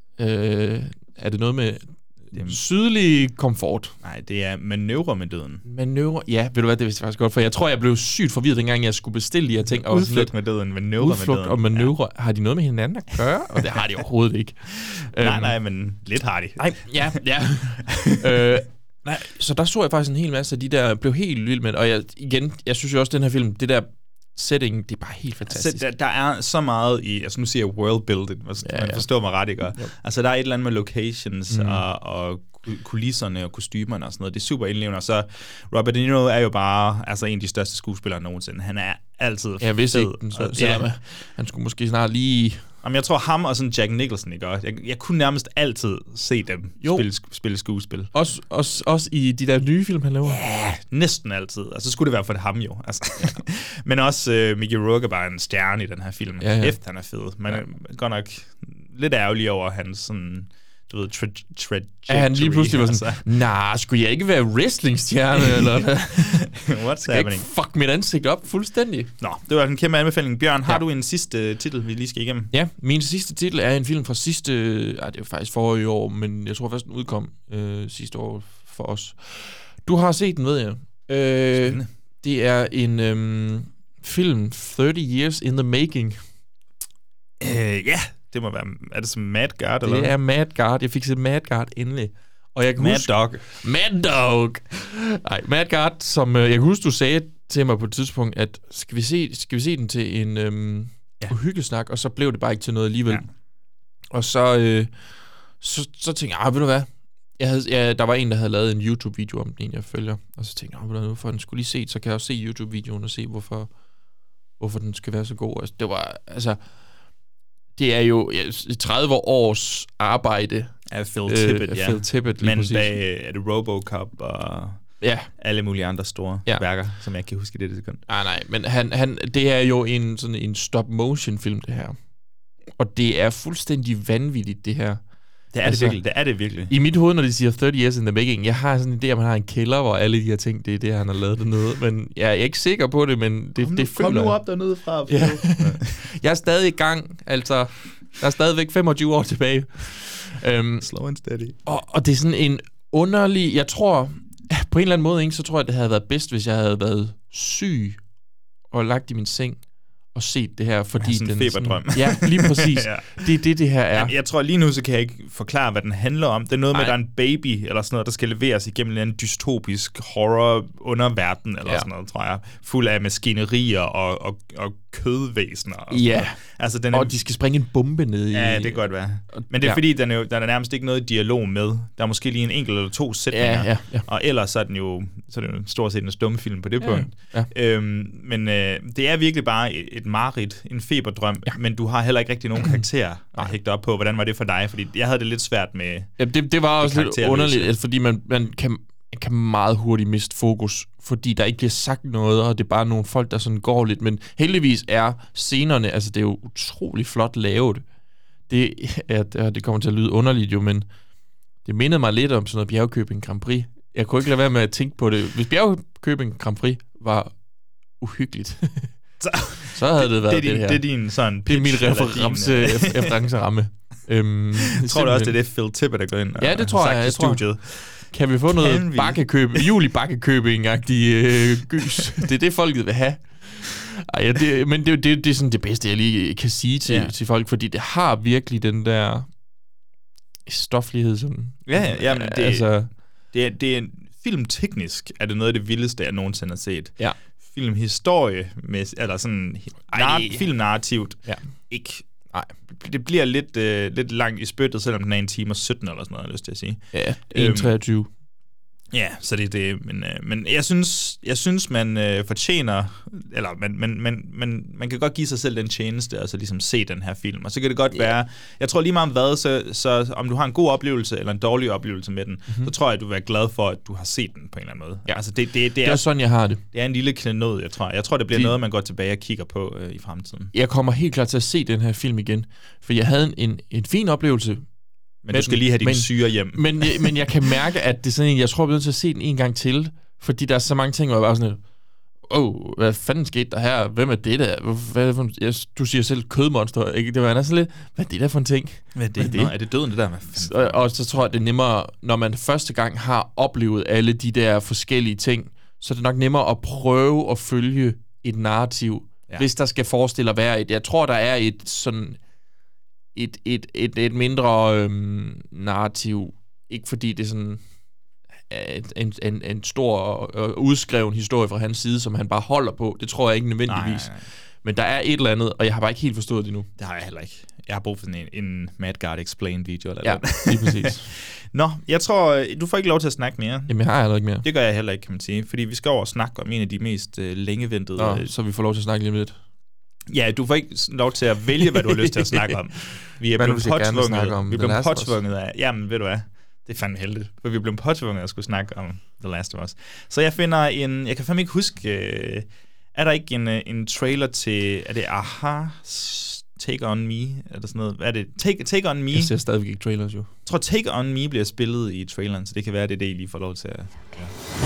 Er det noget med sydlig komfort? Nej, det er manøvre med døden. Manøvre? Ja, ved du hvad, det vidste jeg faktisk godt, for jeg tror, jeg blev sygt forvirret, dengang jeg skulle bestille de her ting. Udflugt med døden, manøvre med døden. Og manøvre, har de noget med hinanden at gøre? Og det har de overhovedet ikke. Nej, men lidt har de. Nej, ja. Nej, så der så jeg faktisk en hel masse af de der, blev helt vild med, og jeg synes jo også, den her film, det der setting, det er bare helt fantastisk. Altså, der er så meget i, altså nu siger jeg worldbuilding, man forstår mig ret, ikke? Altså, der er et eller andet med locations og kulisserne og kostymerne og sådan noget. Det er super indlevende, og så Robert De Niro er jo bare en af de største skuespillere nogensinde. Han er altid fed. Jeg vidste ikke den, selvom han skulle måske snart lige... Jamen, jeg tror ham og sådan Jack Nicholson, ikke? Jeg kunne nærmest altid se dem spille skuespil. Også i de der nye film, han laver? Ja, næsten altid. Altså, så skulle det være for det ham jo. Altså. Men også Mickey Rourke er bare en stjerne i den her film. Efter han er fed. Man er godt nok lidt ærgerlig over hans sådan... Du ved, trajectory. Han lige pludselig var sådan, skulle jeg ikke være wrestlingstjerne, eller hvad? What's happening? Fuck mit ansigt op fuldstændig. Nå, det var en kæmpe anbefaling. Bjørn, har du en sidste titel, vi lige skal igennem? Ja, min sidste titel er en film fra sidste... det er jo faktisk forrige år, men jeg tror først, den udkom sidste år for os. Du har set den, ved jeg. Det er en film, 30 Years in the Making. Ja. Det må være... Er det som Mad Guard, eller? Det er Mad Guard. Jeg fik set Mad Guard endelig. Og jeg kan Mad Dog. Mad Dog! Nej, Mad Guard, som... jeg kan huske, du sagde til mig på et tidspunkt, at skal vi se den til en uhyggesnak, og så blev det bare ikke til noget alligevel. Ja. Og så tænkte jeg, ved du hvad? Der var en, der havde lavet en YouTube-video om den, jeg følger. Og så tænkte jeg, ved du hvad, for den skulle lige se, så kan jeg også se YouTube-videoen og se, hvorfor den skal være så god. Altså, det var... Altså... Det er jo 30 års arbejde af Phil Tippett, Phil Tippett, men bag er det RoboCop og alle mulige andre store værker, som jeg ikke kan huske i det sekund. Nej, men han det er jo en stop-motion film, det her. Og det er fuldstændig vanvittigt, det her. Det er det virkelig. I mit hoved, når de siger 30 years in the making, jeg har sådan en idé, at man har en kælder, hvor alle de her ting, det er det, han har lavet dernede. Men jeg er ikke sikker på det, men det føler jeg. Kom nu op dernede fra. Ja. Jeg er stadig i gang, altså. Der er stadigvæk 25 år tilbage. Slow and steady. Og det er sådan en underlig... Jeg tror, på en eller anden måde, så tror jeg, det havde været bedst, hvis jeg havde været syg og lagt i min seng og set det her, fordi sådan en feberdrøm. Ja, lige præcis. Det er det her er. Jeg tror lige nu, så kan jeg ikke forklare, hvad den handler om. Det er noget med, at der er en baby, eller sådan noget, der skal leveres igennem en dystopisk horror-underverden, eller sådan noget, tror jeg. Fuld af maskinerier og kødvæsener. Og altså, og de skal springe en bombe ned i... Ja, det kan godt være. Men det er fordi, der er nærmest ikke noget dialog med. Der er måske lige en enkelt eller to sætninger. Ja. Og ellers så er det jo stort set en stumfilm på det punkt. Ja. Men det er virkelig bare et mareridt, en feberdrøm, men du har heller ikke rigtig nogen karakterer at hægte op på. Hvordan var det for dig? Fordi jeg havde det lidt svært med... Ja, det var også lidt underligt, fordi man kan meget hurtigt miste fokus, fordi der ikke bliver sagt noget, og det er bare nogle folk, der sådan går lidt. Men heldigvis er scenerne, altså det er jo utrolig flot lavet. Det kommer til at lyde underligt jo, men det mindede mig lidt om sådan noget Bjergkøbing Grand Prix. Jeg kunne ikke lade være med at tænke på det. Hvis Bjergkøbing Grand Prix var uhyggeligt, så havde det været det her. Det er din sådan pitch. Det er min referenceramme. Tror du også, det er det, Phil Tippett er gået ind? Ja, det tror jeg. Studiet. Kan vi få noget jul i Bakkekøbing-agtig gys? Det er det, folket vil have. Men det er sådan det bedste, jeg lige kan sige til folk, fordi det har virkelig den der stoflighed. Sådan. Ja, men det er filmteknisk, er det noget af det vildeste, jeg nogensinde har set. Ja. Filmhistorie, eller sådan filmnarrativt, ikke. Nej, det bliver lidt langt i spyttet, selvom den er 1 time og 17 eller sådan noget, jeg har lyst til at sige. Ja, 1:23. Ja, så det er det. Men jeg synes man fortjener, eller man kan godt give sig selv den tjeneste, altså ligesom se den her film. Og så kan det godt være, jeg tror lige meget om hvad, så om du har en god oplevelse eller en dårlig oplevelse med den, så tror jeg, at du vil være glad for, at du har set den på en eller anden måde. Ja. Altså det er sådan, jeg har det. Det er en lille klenod, jeg tror. Jeg tror, det bliver noget, man går tilbage og kigger på i fremtiden. Jeg kommer helt klart til at se den her film igen, for jeg havde en fin oplevelse. Men du skal lige have din syre hjem. Men jeg kan mærke, at det er sådan en, jeg tror, jeg bliver nødt til at se den en gang til, fordi der er så mange ting, hvor jeg bare sådan, hvad fanden skete der her? Hvem er det der? Du siger selv kødmonster, ikke? Det var sådan lidt, hvad er det der for en ting? Hvad er det? Nå, er det døden, det der? Og så tror jeg, det er nemmere, når man første gang har oplevet alle de der forskellige ting, så er det nok nemmere at prøve at følge et narrativ, hvis der skal forestille at være et. Jeg tror, der er et sådan et mindre narrativ, ikke fordi det er sådan en stor udskreven historie fra hans side, som han bare holder på. Det tror jeg ikke nødvendigvis. Nej. Men der er et eller andet, og jeg har bare ikke helt forstået det nu. Det har jeg heller ikke. Jeg har brug for en Madguard Explain video eller ja, lige præcis. Nå, jeg tror, du får ikke lov til at snakke mere. Jamen, jeg har heller ikke mere. Det gør jeg heller ikke, kan man sige. Fordi vi skal over og snakke om en af de mest længeventede... så vi får lov til at snakke lige lidt. Ja, du får ikke lov til at vælge, hvad du har lyst til at snakke om. Vi er blevet påtvunget af... Jamen, ved du hvad? Det er fandme heldigt, for vi er blevet påtvunget at skulle snakke om The Last of Us. Så jeg finder jeg kan fandme ikke huske... er der ikke en trailer til... Er det Aha? Take On Me? Eller sådan noget? Er det Take On Me? Jeg ser stadigvæk ikke trailers, jo. Jeg tror, Take On Me bliver spillet i traileren, så det kan være, det I lige får lov til at... Ja.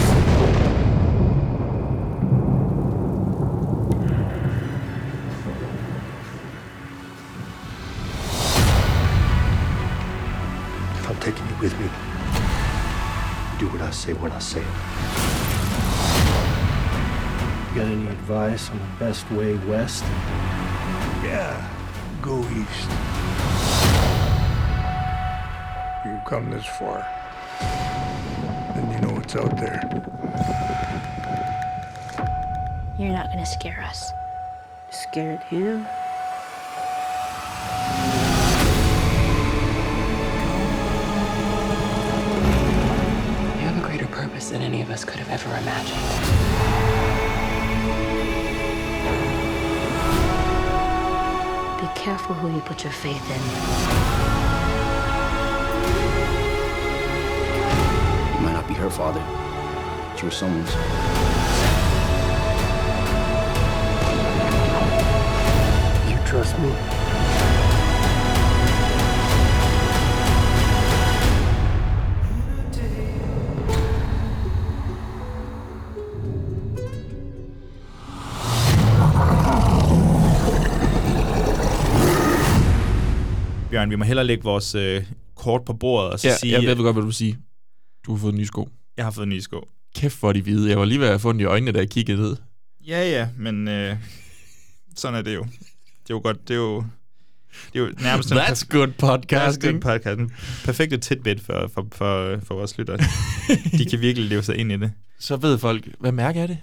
I'm taking you with me. Do what I say when I say it. You got any advice on the best way west? Yeah, go east. You come this far, then you know what's out there. You're not gonna scare us. Scared him? Purpose than any of us could have ever imagined. Be careful who you put your faith in. You might not be her father, but you were someone's. You trust me? Bjørn, vi må hellere lægge vores kort på bordet og så sige... Jeg ved godt, hvad du vil sige. Du har fået nye sko. Jeg har fået nye sko. Kæft, hvor de hvide. Jeg var lige ved at få den i øjnene, da jeg kiggede ned. Ja, men sådan er det jo. Det er jo godt, det er jo nærmest... That's good podcasting. That's good podcasting. Perfekte tidbit for vores lyttere. De kan virkelig leve sig ind i det. Så ved folk, hvad mærke er det?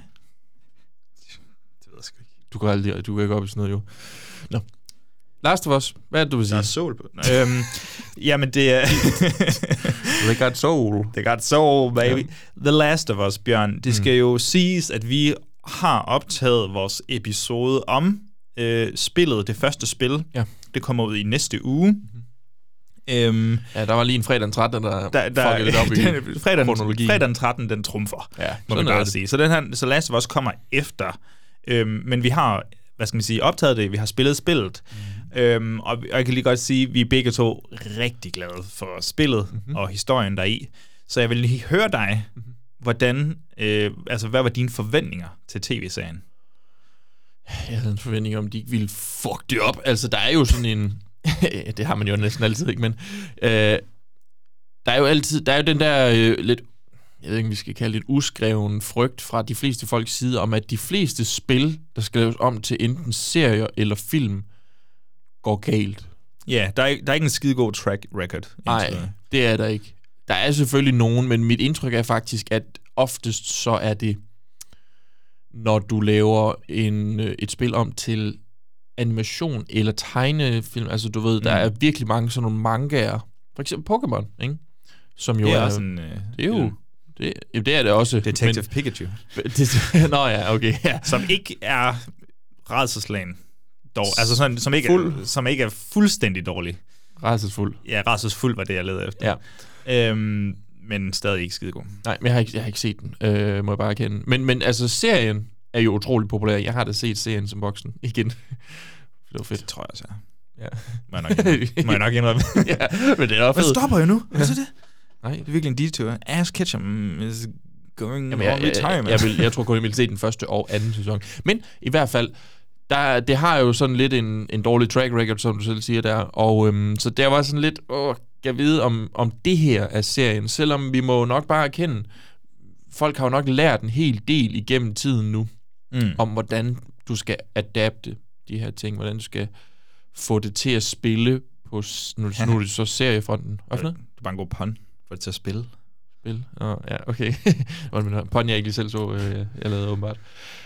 Det ved jeg sgu ikke. Du kan ikke op i sådan noget, jo. Nå. Last of Us, hvad er det, du vil sige? Der er soul på. Jamen, det er... They got soul. They got soul, baby. Yeah. The Last of Us, Bjørn. Det skal jo siges, at vi har optaget vores episode om spillet, det første spil. Ja. Det kommer ud i næste uge. Ja, der var lige en fredag den 13, der fuckede lidt op i kronologien. Fredag den 13, den trumfer, ja, må vi bare sige. Så Last of Us kommer efter. Men vi har, optaget det. Vi har spillet spillet. Og jeg kan lige godt sige, at vi er begge to rigtig glade for spillet og historien deri. Så jeg vil lige høre dig, hvordan, hvad var dine forventninger til tv-serien? Jeg havde en forventning om, at de ikke ville fuck det op. Altså, der er jo sådan en... det har man jo næsten altid, ikke? Men der er jo den der lidt... Jeg ved ikke, vi skal kalde det et uskreven frygt fra de fleste folks side, om at de fleste spil, der skal laves om til enten serier eller film, går galt. Ja, der er ikke en skidegod track record. Nej, det er der ikke. Der er selvfølgelig nogen, men mit indtryk er faktisk, at oftest så er det, når du laver et spil om til animation eller tegnefilm. Altså du ved, der er virkelig mange sådan nogle mangaer. For eksempel Pokémon, ikke? Som jo det er sådan... det er jo Det er det også. Detective Pikachu. Nå ja, okay. Ja. Som ikke er rædselsslagen. Altså sådan, som ikke er fuldstændig dårlig. Rædselsfuld. Ja, rædselsfuld var det, jeg ledte efter. Ja. Men stadig ikke skidegod. Nej, men jeg har ikke set den, må jeg bare erkende. Men altså, serien er jo utrolig populær. Jeg har da set serien som voksen igen. Det var fedt. Det tror jeg også, ja. Må jeg nok indrømme. Ja, men det er også fedt. Hvad stopper jeg nu? Hvad er det? Nej. Det er virkelig en detour. Ash Ketchum is going on retirement. Jeg tror kun, jeg ville se den første og anden sæson. Men i hvert fald, det har jo sådan lidt en dårlig track record, som du selv siger der. Og så der var sådan lidt, jeg ved om det her er serien, selvom vi må nok bare erkende, folk har jo nok lært en hel del igennem tiden nu, om hvordan du skal adapte de her ting, hvordan du skal få det til at spille på, nu er det så seriefronten. Hvad for noget? Det er bare en god pun, for det til at spille. Ja, okay. Pun jeg ikke lige selv så, jeg lavede åbenbart.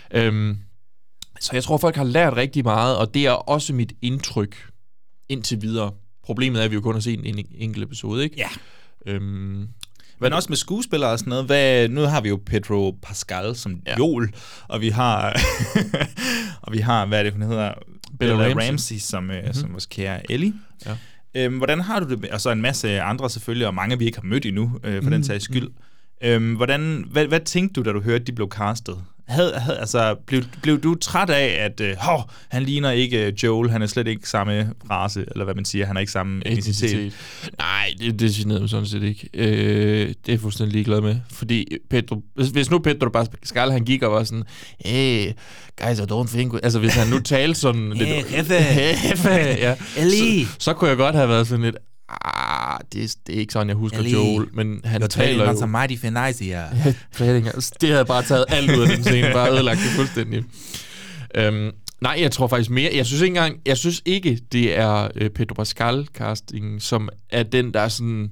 Så jeg tror, folk har lært rigtig meget, og det er også mit indtryk indtil videre. Problemet er, at vi jo kun har set en enkelt episode, ikke? Ja. Men også med skuespillere og sådan noget. Nu har vi jo Pedro Pascal som Joel, og vi har og vi har, hvad er det, hun hedder? Bella Ramsey som vores kære Ellie. Ja. Hvordan har du det? Og så en masse andre selvfølgelig, og mange vi ikke har mødt endnu, for den sags skyld. Hvad tænkte du, da du hørte, de blev castet? Blev du træt af, at han ligner ikke Joel, han er slet ikke samme race, eller hvad man siger, han er ikke samme etnicitet? Nej, det generede mig sådan set ikke. Det er jeg fuldstændig ligeglad med. Fordi hvis nu Pedro Pascal, han gik og var sådan, hey, guys, I don't think... Altså, hvis han nu talte sådan... Jefe, ja, så kunne jeg godt have været sådan lidt... det er ikke sådan, jeg husker Joel, men han taler jo... Det havde bare taget alt ud af den scene, bare ødelagt det fuldstændig. Nej, jeg tror faktisk mere... Jeg synes ikke, det er Pedro Pascal-casting, som er den, der sådan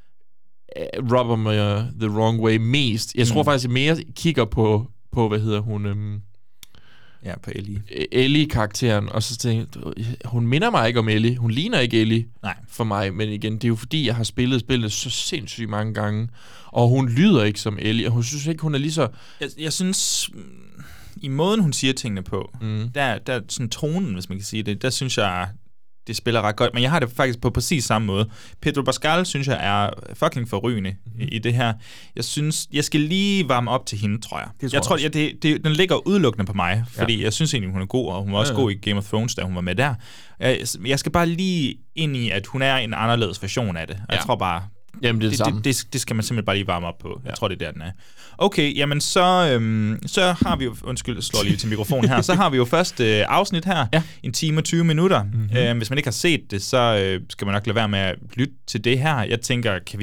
rubber mig the wrong way mest. Jeg tror faktisk, jeg mere kigger på hvad hedder hun... på Ellie. Ellie-karakteren, og så tænkte jeg, hun minder mig ikke om Ellie. Hun ligner ikke Ellie for mig, men igen, det er jo fordi, jeg har spillet spillet så sindssygt mange gange, og hun lyder ikke som Ellie, og hun synes ikke, hun er lige så... Jeg synes, i måden, hun siger tingene på, der sådan tonen, hvis man kan sige det, der synes jeg, det spiller ret godt, men jeg har det faktisk på præcis samme måde. Pedro Pascal, synes jeg, er fucking forrygende i det her. Jeg synes, jeg skal lige varme op til hende, tror jeg. Jeg tror, den ligger udelukkende på mig, fordi jeg synes egentlig, hun er god, og hun var også god i Game of Thrones, da hun var med der. Jeg skal bare lige ind i, at hun er en anderledes version af det. Jeg tror bare... Jamen, det er det samme. Det skal man simpelthen bare lige varme op på. Jeg tror, det er der, den er. Okay, jamen så har vi jo... Undskyld, jeg slår lige til mikrofonen her. Så har vi jo første afsnit her. Ja. 1 time og 20 minutter. Mm-hmm. Hvis man ikke har set det, så skal man nok lade være med at lytte til det her. Jeg tænker, kan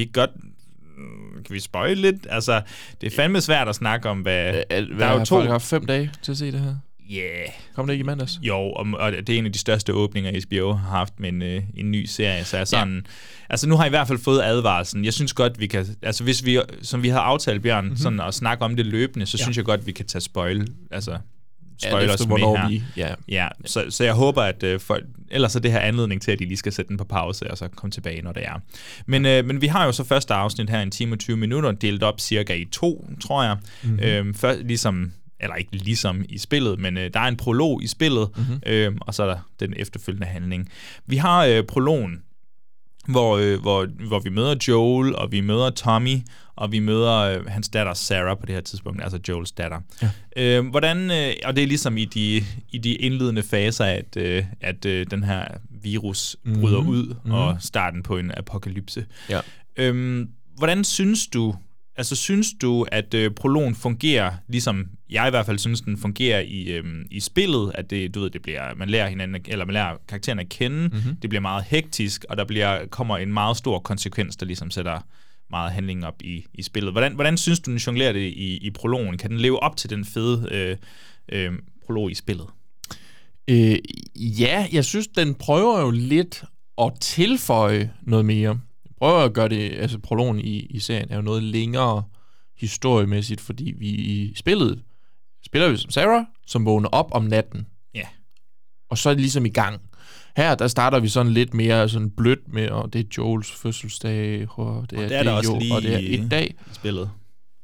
vi spoil lidt? Altså, det er fandme svært at snakke om, hvad... Der er jo folk har 5 dage til at se det her. Yeah. Kom det ikke i mandags? Jo, og det er en af de største åbninger, HBO har haft med en ny serie, så er sådan... Altså, nu har jeg i hvert fald fået advarslen. Jeg synes godt, vi kan... Altså, hvis vi, som vi havde aftalt, Bjørn, sådan at snakke om det løbende, så synes jeg godt, vi kan tage spoilers med her. Ja, så jeg håber, at folk... Ellers er det her anledning til, at de lige skal sætte den på pause, og så komme tilbage, når det er. Men vi har jo så første afsnit her, 1 time og 20 minutter, delt op cirka i 2, tror jeg. Eller ikke ligesom i spillet, men der er en prolog i spillet, og så er der den efterfølgende handling. Vi har prologen, hvor vi møder Joel, og vi møder Tommy, og vi møder hans datter Sarah på det her tidspunkt, altså Joels datter. Ja. Og det er ligesom i de indledende faser, at den her virus bryder ud, og starten på en apokalypse. Ja. Hvordan synes du, at prologen fungerer, ligesom jeg i hvert fald synes, den fungerer i spillet, at det bliver, man lærer hinanden, eller man lærer karaktererne at kende, det bliver meget hektisk, og kommer en meget stor konsekvens, der ligesom sætter meget handling op i spillet. Hvordan synes du, den jonglerer det i prologen? Kan den leve op til den fede prolog i spillet? Ja, jeg synes, den prøver jo lidt at tilføje noget mere. Prøver at gøre det, altså prologen i serien er jo noget længere historiemæssigt, fordi vi i spillet spiller vi som Sarah, som vågner op om natten. Ja. Og så er det ligesom i gang. Her, der starter vi sådan lidt mere sådan blødt med, og det er Joels fødselsdag, og det er der også lige og det er 1 dag. I spillet.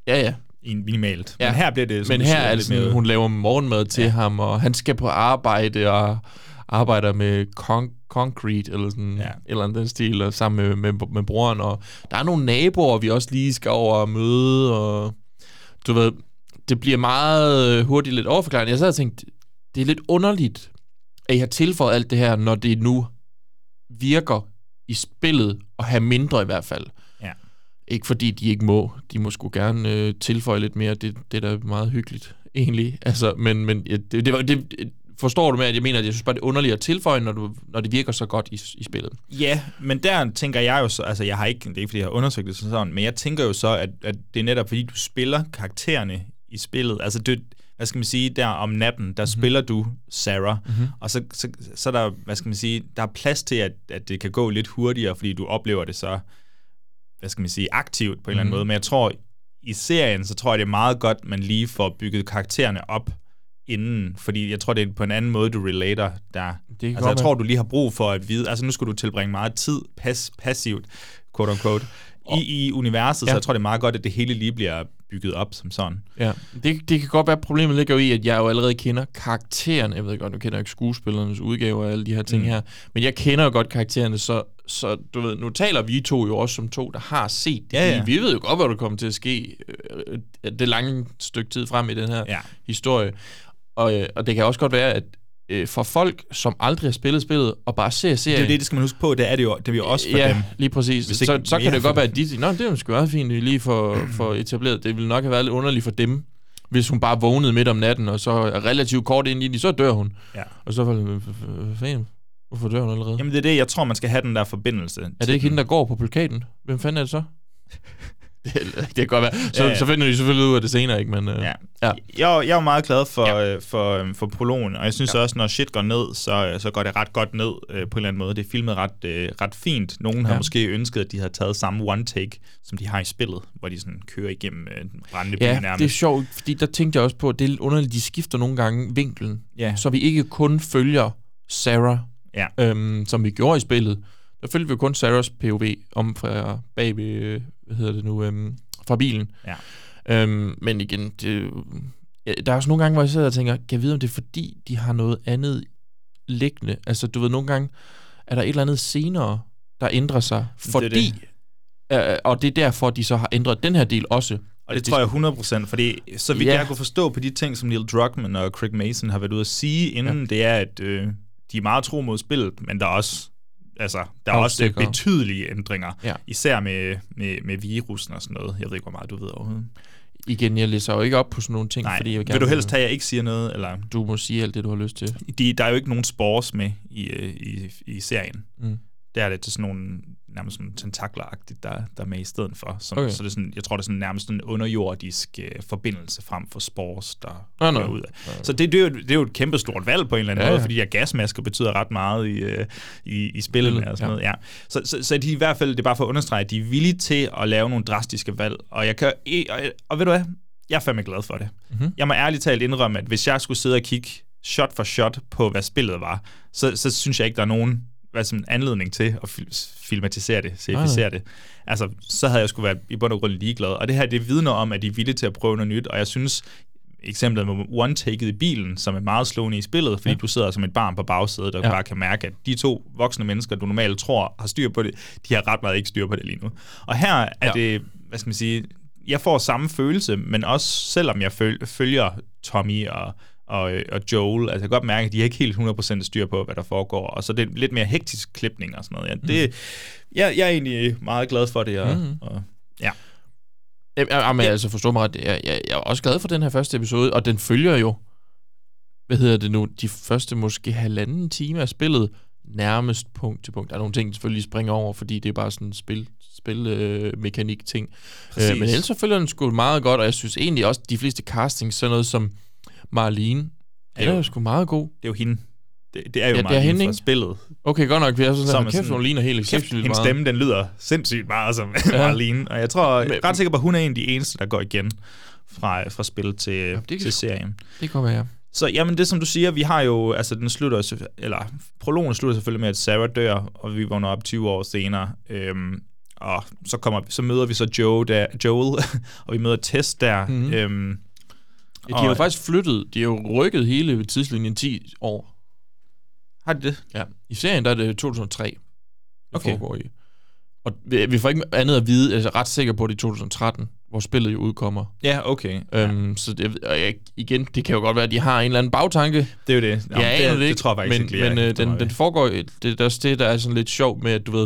Ja. Minimalt. Ja. Men her bliver det... Men her er det sådan, hun laver morgenmad til ham, og han skal på arbejde og arbejder med concrete, eller sådan eller den stil, og sammen med broren. Og der er nogle naboer, vi også lige skal over og møde, og du ved, det bliver meget hurtigt lidt overforklarende. Jeg sad og tænkte, det er lidt underligt, at I har tilføjet alt det her, når det nu virker i spillet, og have mindre i hvert fald. Ja. Ikke fordi de ikke må. De må sgu gerne tilføje lidt mere. Det er da meget hyggeligt, egentlig. Altså, men det forstår du med, at jeg mener, at jeg synes bare, det er underligt at tilføje, når det virker så godt i spillet. Ja, men der tænker jeg jo så, altså jeg har ikke, det er ikke fordi jeg har undersøgt det sådan, men jeg tænker jo så, at det er netop fordi, du spiller karaktererne i spillet. Altså det, hvad skal man sige, der om natten, der spiller du Sarah, og så der, hvad skal man sige, der er plads til, at det kan gå lidt hurtigere, fordi du oplever det så, hvad skal man sige, aktivt på en eller anden måde. Men jeg tror, i serien, så tror jeg, det er meget godt, man lige får bygget karaktererne op inden, fordi jeg tror, det er på en anden måde, du relater der. Altså, jeg tror, du lige har brug for at vide, altså nu skal du tilbringe meget tid passivt, quote unquote, i universet, så jeg tror, det er meget godt, at det hele lige bliver bygget op som sådan. Ja, det kan godt være, problemet ligger jo i, at jeg jo allerede kender karakteren. Jeg ved godt, nu kender jeg ikke skuespillernes udgaver og alle de her ting her, men jeg kender jo godt karaktererne, så du ved, nu taler vi to jo også som to, der har set det. Ja. Vi ved jo godt, hvad der kommer til at ske det lange stykke tid frem i den her historie. Og det kan også godt være, at for folk, som aldrig har spillet spillet, og bare ser serien... Det skal man huske på, det er jo også for dem. Ja, lige præcis. Så kan det godt være, at de siger, det er sgu også fint, lige for etableret. Det ville nok have været lidt underligt for dem, hvis hun bare vågnede midt om natten, og så er relativt kort ind i det, så dør hun. Ja. Og så var det, hvorfor dør hun allerede? Jamen det er det, jeg tror, man skal have den der forbindelse. Er det ikke hende, der går på plakaten? Hvem fanden er det så? Det kan godt være. Så finder de selvfølgelig ud af det senere, ikke? Men, Jeg er meget glad for prologen, og jeg synes også, når shit går ned, så går det ret godt ned på en eller anden måde. Det er filmet ret fint. Nogen har måske ønsket, at de havde taget samme one take, som de har i spillet, hvor de sådan kører igennem brændende by nærmest. Ja, det er sjovt, fordi der tænkte jeg også på, at det er lidt underligt, de skifter nogle gange vinklen, så vi ikke kun følger Sarah, som vi gjorde i spillet. Der følger vi kun Sarahs POV om fra bagved, fra bilen. Ja. Men igen, der er også nogle gange, hvor jeg sidder og tænker, kan jeg vide, om det er fordi, de har noget andet liggende? Altså, du ved, nogle gange er der et eller andet senere, der ændrer sig, fordi, og det er derfor, de så har ændret den her del også. Og det tror jeg 100%, fordi så vidt jeg kunne forstå på de ting, som Neil Druckmann og Craig Mason har været ude at sige inden, det er, at de er meget tro mod spillet, men der er også også betydelige ændringer, især med virusen og sådan noget. Jeg ved ikke, hvor meget du ved overhovedet. Igen, jeg læser jo ikke op på sådan nogle ting, fordi jeg vil du helst have, at jeg ikke siger noget? Eller? Du må sige alt det, du har lyst til. Der er jo ikke nogen spores med i serien. Der er det til sådan nogle nærmest sådan tentakleragtigt, der er med i stedet for. Så det er sådan, jeg tror, det er sådan nærmest en underjordisk forbindelse frem for spores, der går ud af. Så det er jo et kæmpestort valg på en eller anden måde, fordi de her gasmasker betyder ret meget i spillene og sådan noget. Ja. Så de i hvert fald, det er bare for at understrege, at de er villige til at lave nogle drastiske valg. Og jeg kan, og ved du hvad? Jeg er fandme glad for det. Jeg må ærligt talt indrømme, at hvis jeg skulle sidde og kigge shot for shot på, hvad spillet var, så synes jeg ikke, der er nogen anledning til at filmatisere det, serificere det. Altså, så havde jeg sgu været i bund og grund ligeglad. Og det her, det vidner om, at de er villige til at prøve noget nyt, og jeg synes, eksemplet med one-taket i bilen, som er meget slående i spillet, fordi du sidder som et barn på bagsædet, og bare kan mærke, at de to voksne mennesker, du normalt tror har styr på det, de har ret meget ikke styr på det lige nu. Og her er det, hvad skal man sige, jeg får samme følelse, men også selvom jeg følger Tommy og Joel, altså jeg kan godt mærke, at de har ikke helt 100% styr på, hvad der foregår, og så det er lidt mere hektisk klipning og sådan noget. Jeg er egentlig meget glad for det, Men altså forstå mig ret, jeg er også glad for den her første episode, og den følger jo, de første måske 1,5 time af spillet, nærmest punkt til punkt. Der er nogle ting, der selvfølgelig springer over, fordi det er bare sådan en spilmekanik ting. Men ellers så følger den sgu meget godt, og jeg synes egentlig også, de fleste castings, sådan noget som Marlene, det er jo sgu meget god. Det er jo hende. Det er jo Marlene fra spillet. Okay, godt nok. Vi er sådan, kæft, hun ligner helt exceptionelt meget. Hendes stemme, den lyder sindssygt meget som Marlene. Og jeg tror ret sikker på, at hun er en af de eneste, der går igen fra spil til serien. Det kan være, Så jamen, det som du siger, vi har jo, altså prologen slutter selvfølgelig med, at Sarah dør, og vi vågner op 20 år senere. og så møder vi så Joel, og vi møder Tess der. Mm-hmm. De har jo faktisk flyttet, de har jo rykket hele tidslinjen 10 år. Har de det? Ja. I serien der er det 2003, det foregår i. Og vi får ikke andet at vide, altså ret sikker på, det er 2013, hvor spillet jo udkommer. Ja, okay. Så igen, det kan jo godt være, at de har en eller anden bagtanke. Det er jo det. Jamen, det tror jeg faktisk ikke. Men den foregår, det er også det, der er sådan lidt sjovt med, at du ved,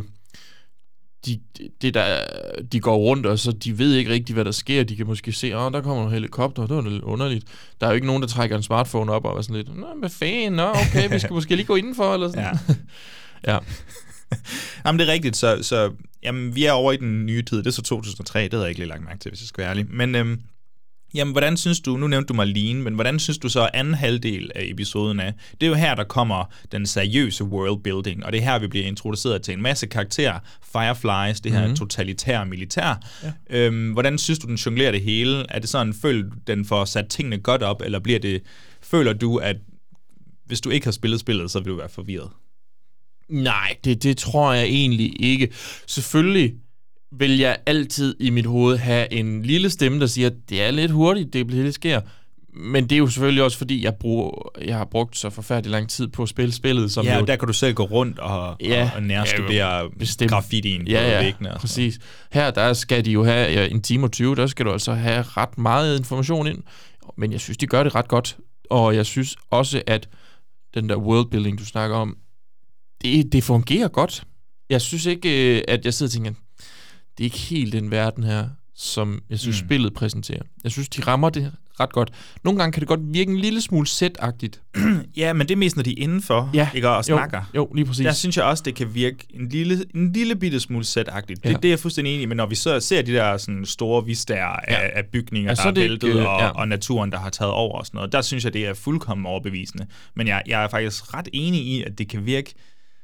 de går rundt, og så de ved ikke rigtigt, hvad der sker. De kan måske se, der kommer en helikopter, det var lidt underligt. Der er jo ikke nogen, der trækker en smartphone op og er sådan lidt, hvad fanden, okay, vi skal måske lige gå indenfor, eller sådan. Ja. Jamen, det er rigtigt, så jamen, vi er over i den nye tid. Det er så 2003, det havde jeg ikke lige lagt mærke til, hvis jeg skal være ærlig. Men jamen, hvordan synes du, nu nævnte du Marlene, men hvordan synes du så anden halvdel af episoden af? Det er jo her, der kommer den seriøse worldbuilding, og det er her, vi bliver introduceret til en masse karakterer. Fireflies, det her totalitære militær. Ja. Hvordan synes du, den jonglerer det hele? Er det sådan, føler du, den får sat tingene godt op, eller føler du, at hvis du ikke har spillet spillet, så vil du være forvirret? Nej, det tror jeg egentlig ikke. Selvfølgelig vil jeg altid i mit hoved have en lille stemme, der siger, at det er lidt hurtigt, det sker. Men det er jo selvfølgelig også, fordi jeg har brugt så forfærdelig lang tid på at spille spillet. Som ja, der kan du selv gå rundt og nærstudere graffitien på væggene. Ja, præcis. Her, der skal de jo have en time og 20, der skal du altså have ret meget information ind. Men jeg synes, de gør det ret godt. Og jeg synes også, at den der worldbuilding, du snakker om, det fungerer godt. Jeg synes ikke, at jeg sidder og tænker, det er ikke helt den verden her, som jeg synes, spillet præsenterer. Jeg synes, de rammer det ret godt. Nogle gange kan det godt virke en lille smule sætagtigt. Ja, men det er mest, når de er indenfor, ikke, og snakker. Jo, lige præcis. Der synes jeg også, det kan virke en lille bitte smule sætagtigt. Det er jeg fuldstændig enig i, men når vi så ser de der sådan store vistager af bygninger, der er væltet, og naturen, der har taget over og sådan noget, der synes jeg, det er fuldkommen overbevisende. Men jeg er faktisk ret enig i, at det kan virke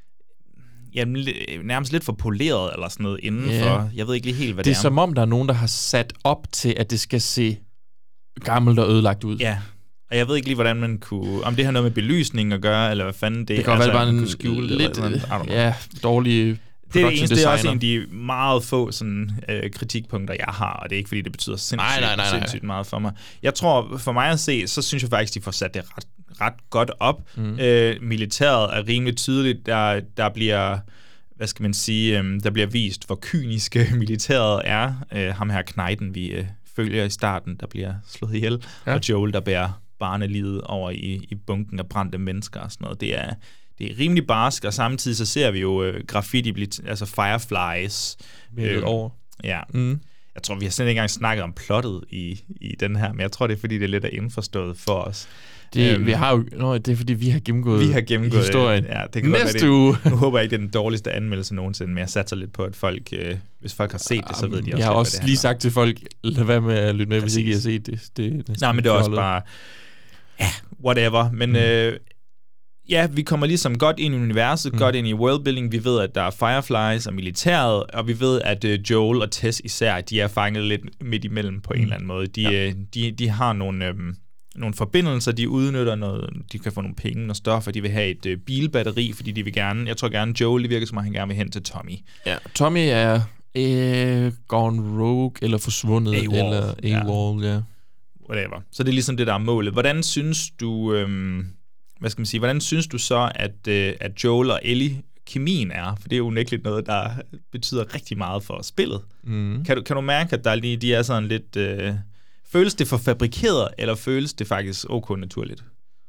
nærmest lidt for poleret eller sådan noget indenfor. Jeg ved ikke lige helt, hvad det er. Det er som om, der er nogen, der har sat op til, at det skal se gammelt og ødelagt ud. Ja, og jeg ved ikke lige, hvordan man kunne... Om det har noget med belysning at gøre, eller hvad fanden det er. Det kan være bare en lidt dårlig... Det er det er også en af de meget få sådan, kritikpunkter, jeg har, og det er ikke, fordi det betyder sindssygt meget for mig. Jeg tror, for mig at se, så synes jeg faktisk, de får sat det ret godt op. Militæret er rimelig tydeligt. Der bliver, hvad skal man sige, der bliver vist, hvor kyniske militæret er. Ham her Knighten, vi følger i starten, der bliver slået ihjel, og Joel, der bærer barnelivet over i bunken af brændte mennesker og sådan noget. Det er rimelig barsk, og samtidig så ser vi jo graffiti, altså Fireflies. Over. Ja. Jeg tror, vi har slet ikke engang snakket om plottet i den her, men jeg tror, det er, fordi det er lidt indforstået for os. Vi har jo, det er, fordi vi har gennemgået historien. Ja, det kan næste uge. Nu håber jeg ikke, det er den dårligste anmeldelse nogensinde, men jeg satser lidt på, at folk, hvis folk har set det, så ved de også, jeg har også lige sagt til folk, lad være med at lytte med, hvis ikke I har set det. Nej, men det er også bare, whatever. Men vi kommer ligesom godt ind i universet, godt ind i worldbuilding. Vi ved, at der er Fireflies og militæret, og vi ved, at Joel og Tess især, de er fanget lidt midt imellem på en eller anden måde. De har nogle forbindelser, de udnytter noget, de kan få nogle penge og stoffer, de vil have et bilbatteri, fordi de vil gerne, jeg tror gerne, Joel, det virker som om, han gerne vil hen til Tommy. Ja, Tommy er gone rogue, eller forsvundet, eller AWOL, whatever. Så det er ligesom det, der er målet. Hvordan synes du, hvordan synes du så, at Joel og Ellie kemien er? For det er jo unægteligt noget, der betyder rigtig meget for spillet. Kan du mærke, at de er sådan lidt... føles det for fabrikeret, eller føles det faktisk ok naturligt?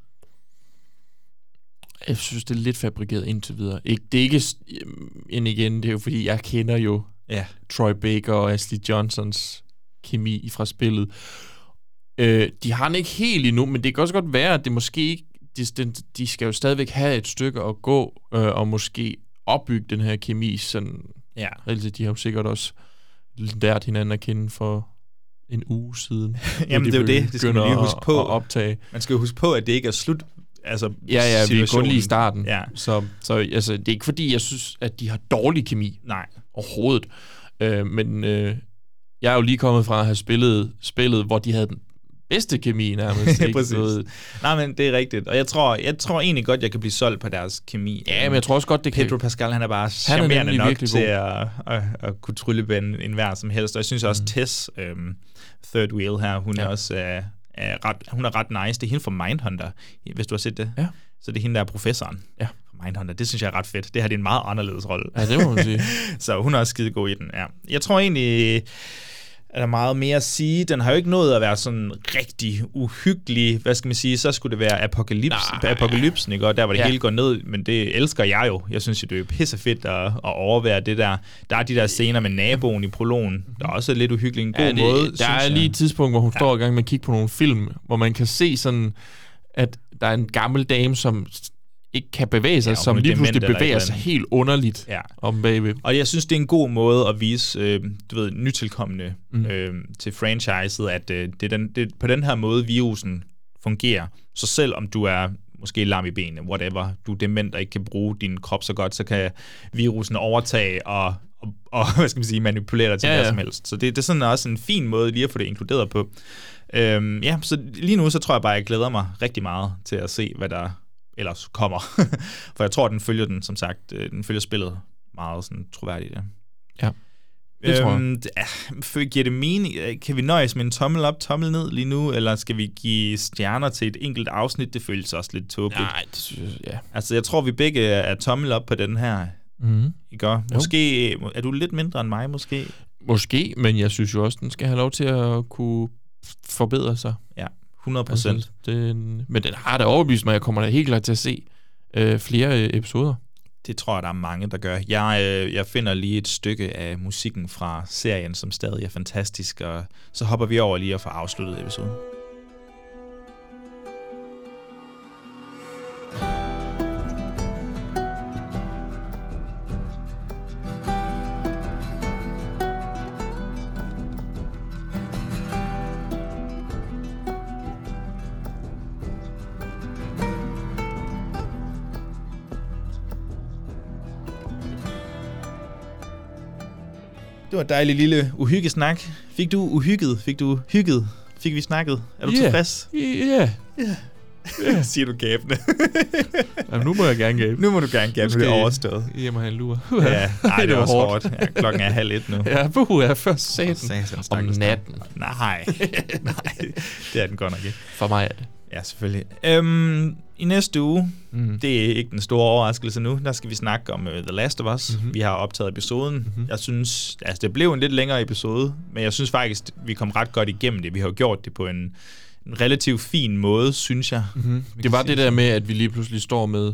Jeg synes, det er lidt fabrikeret indtil videre. Det er ikke... igen, det er jo fordi, jeg kender jo Troy Baker og Ashley Johnsons kemi fra spillet. De har den ikke helt endnu, men det kan også godt være, at det måske ikke... De skal jo stadigvæk have et stykke at gå, og måske opbygge den her kemi sådan... Ja. Relativt, de har jo sikkert også lært hinanden at kende for en uge siden. Jamen, det er jo det. Det skal man lige huske på. At optage. Man skal jo huske på, at det ikke er slut. Altså, vi er kun lige i starten. Ja. Så altså, det er ikke fordi, jeg synes, at de har dårlig kemi. Nej. Overhovedet. Men jeg er jo lige kommet fra at have spillet, hvor de havde bedste kemi nærmest. Ikke? Præcis. Nej, men det er rigtigt. Og jeg tror egentlig godt, jeg kan blive solgt på deres kemi. Ja, men jeg tror også godt, det kan... Pedro Pascal, han er bare charmerende nok til at kunne tryllebænde enhver som helst. Og jeg synes også, Tess, Third Wheel her, hun er også hun er ret nice. Det er hende fra Mindhunter, hvis du har set det. Ja. Så det er hende, der er professoren fra Mindhunter. Det synes jeg er ret fedt. Det her det er en meget anderledes rolle. Ja, det må man sige. Så hun er også skide god i den, ja. Jeg tror egentlig... er der meget mere at sige. Den har jo ikke nået at være sådan rigtig uhyggelig. Hvad skal man sige? Så skulle det være apokalypsen, ikke? Og der, hvor det hele går ned. Men det elsker jeg jo. Jeg synes jo, det er pissefedt at overvære det der. Der er de der scener med naboen i prologen. Der er også lidt uhyggeligt en god måde. Der er lige et tidspunkt, hvor hun står i gang med at kigge på nogle film, hvor man kan se sådan, at der er en gammel dame, som ikke kan bevæge sig, som lige pludselig bevæger sig helt underligt om bagved. Og jeg synes, det er en god måde at vise, nytilkommende til franchiset, at det er på den her måde, virusen fungerer. Så selv om du er måske lam i benene, whatever, du er dement og ikke kan bruge din krop så godt, så kan virusen overtage og hvad skal man sige, manipulere dig til hvad som helst. Så det er sådan også en fin måde lige at få det inkluderet på. Så lige nu, så tror jeg bare, at jeg glæder mig rigtig meget til at se, hvad der ellers kommer. For jeg tror, den følger spillet meget sådan troværdigt. Ja. Det tror jeg. Giver det mening? Kan vi nøjes med en tommel op, tommel ned lige nu, eller skal vi give stjerner til et enkelt afsnit? Det føles også lidt tåbeligt. Nej, det synes jeg, Altså, jeg tror, vi begge er tommel op på den her. Ikke? Måske er du lidt mindre end mig, måske? Måske, men jeg synes jo også, den skal have lov til at kunne forbedre sig. Ja. 100%. Altså, men den har da overbevist mig, jeg kommer da helt klart til at se flere episoder. Det tror jeg, der er mange, der gør. Jeg finder lige et stykke af musikken fra serien, som stadig er fantastisk, og så hopper vi over lige og får afsluttet episoden. Det var en dejlig lille uhyggesnak. Fik du uhygget? Fik du hygget? Fik vi snakket? Er du tilfreds? Ja. Siger du gæbende. Jamen, nu må jeg gerne gæbe. Nu må du gerne gæbe, det er overstået. Jeg må have en lur. Nej, det var hårdt. Ja, klokken er 12:30 nu. Ja, er først satan. Om natten. Nej, det er den godt nok ikke. For mig er det. Ja, selvfølgelig. I næste uge, det er ikke den store overraskelse nu, der skal vi snakke om The Last of Us. Vi har optaget episoden. Jeg synes, altså det blev en lidt længere episode, men jeg synes faktisk, vi kom ret godt igennem det. Vi har jo gjort det på en relativt fin måde, synes jeg. Det var det der med, at vi lige pludselig står med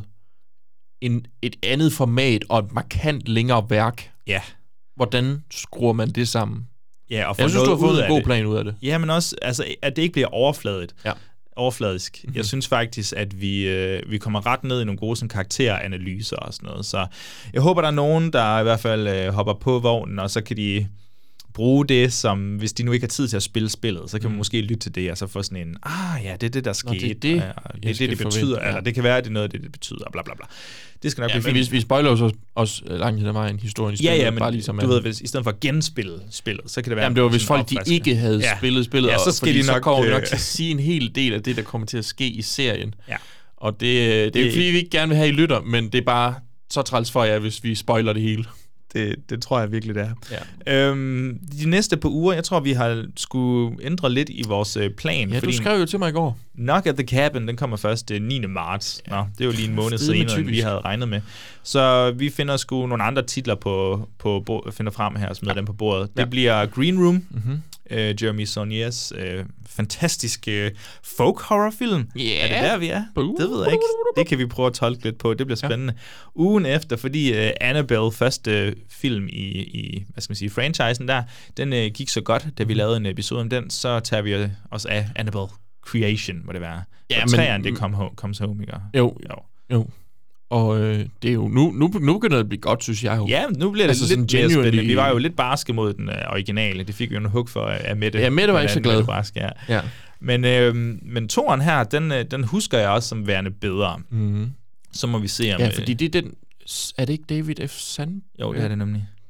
et andet format og et markant længere værk. Ja. Hvordan skruer man det sammen? Ja, og jeg synes, du har fået en god plan ud af det. Ja, men også, altså, at det ikke bliver overfladisk. Jeg synes faktisk, at vi kommer ret ned i nogle gode sådan, karakteranalyser og sådan noget. Så jeg håber, der er nogen, der i hvert fald hopper på vognen, og så kan de bruge det, som hvis de nu ikke har tid til at spille spillet, så kan man måske lytte til det, og så få sådan en, det er det, der skete. Det er det betyder, eller det kan være, at det er noget, det betyder, bla bla bla. Det skal nok blive fint. Vi spoiler jo også langt hen ad vejen historien i spillet. Ja, men bare ligesom, du ved, hvis, i stedet for at genspille spillet, så kan det være... Jamen, det var, hvis folk de ikke havde spillet spillet, så skal de nok... så kommer vi nok til at sige en hel del af det, der kommer til at ske i serien. Ja. Og det er ikke, fordi vi ikke gerne vil have, I lytter, men det er bare så træls for jer, hvis vi spoiler det hele. Det tror jeg virkelig, det er. Ja. De næste par uger, jeg tror, vi har skulle ændre lidt i vores plan. Ja, du skrev jo til mig i går. Knock at the Cabin, den kommer først 9. marts. Nå, det er jo lige en måned senere, end vi havde regnet med. Så vi finder sgu nogle andre titler finder frem her og smider dem på bordet. Det bliver Green Room, Jeremy Saulniers fantastiske folk-horror-film. Yeah. Er det der, vi er? Det ved jeg ikke. Det kan vi prøve at tolke lidt på. Det bliver spændende. Ugen efter, fordi Annabelle, første film i hvad skal man sige, franchisen der, den gik så godt, da vi lavede en episode om den, så tager vi os af Annabelle Creation, må det være. Ja, men træerne, det comes home, ikke? Jo. Og det er jo nu begynder det at blive godt, synes jeg jo. Ja, nu bliver det lidt mere spændende. Vi var jo lidt barske mod den originale. Det fik vi jo en hug for af Mette. Ja, Mette var ikke så glad. Barske, ja. Men toren her, den husker jeg også som værende bedre. Så må vi se om... Ja, fordi det er den... Er det ikke David F. Sand? Jo, det er det nemlig.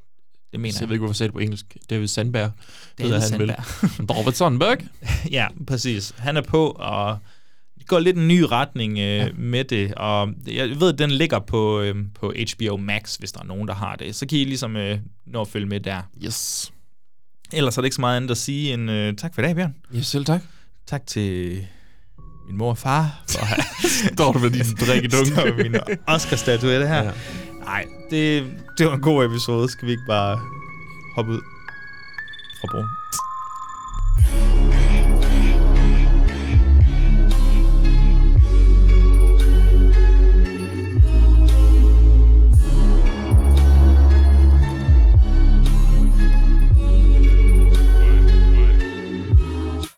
Det mener jeg ved ikke, hvorfor jeg sagde det på engelsk. David Sandberg. David Sandberg. David Sandberg. Ja, præcis. Han er på, og det går lidt en ny retning med det. Og jeg ved, at den ligger på HBO Max, hvis der er nogen, der har det. Så kan I ligesom nå at følge med der. Yes. Ellers er det ikke så meget andet at sige end tak for i dag, Bjørn. Ja, selv tak. Tak til min mor og far for at have... Står du med din drikkedunk? Står med min Oscar-statuette her. Ja. Nej, det var en god episode. Skal vi ikke bare hoppe ud fra broen?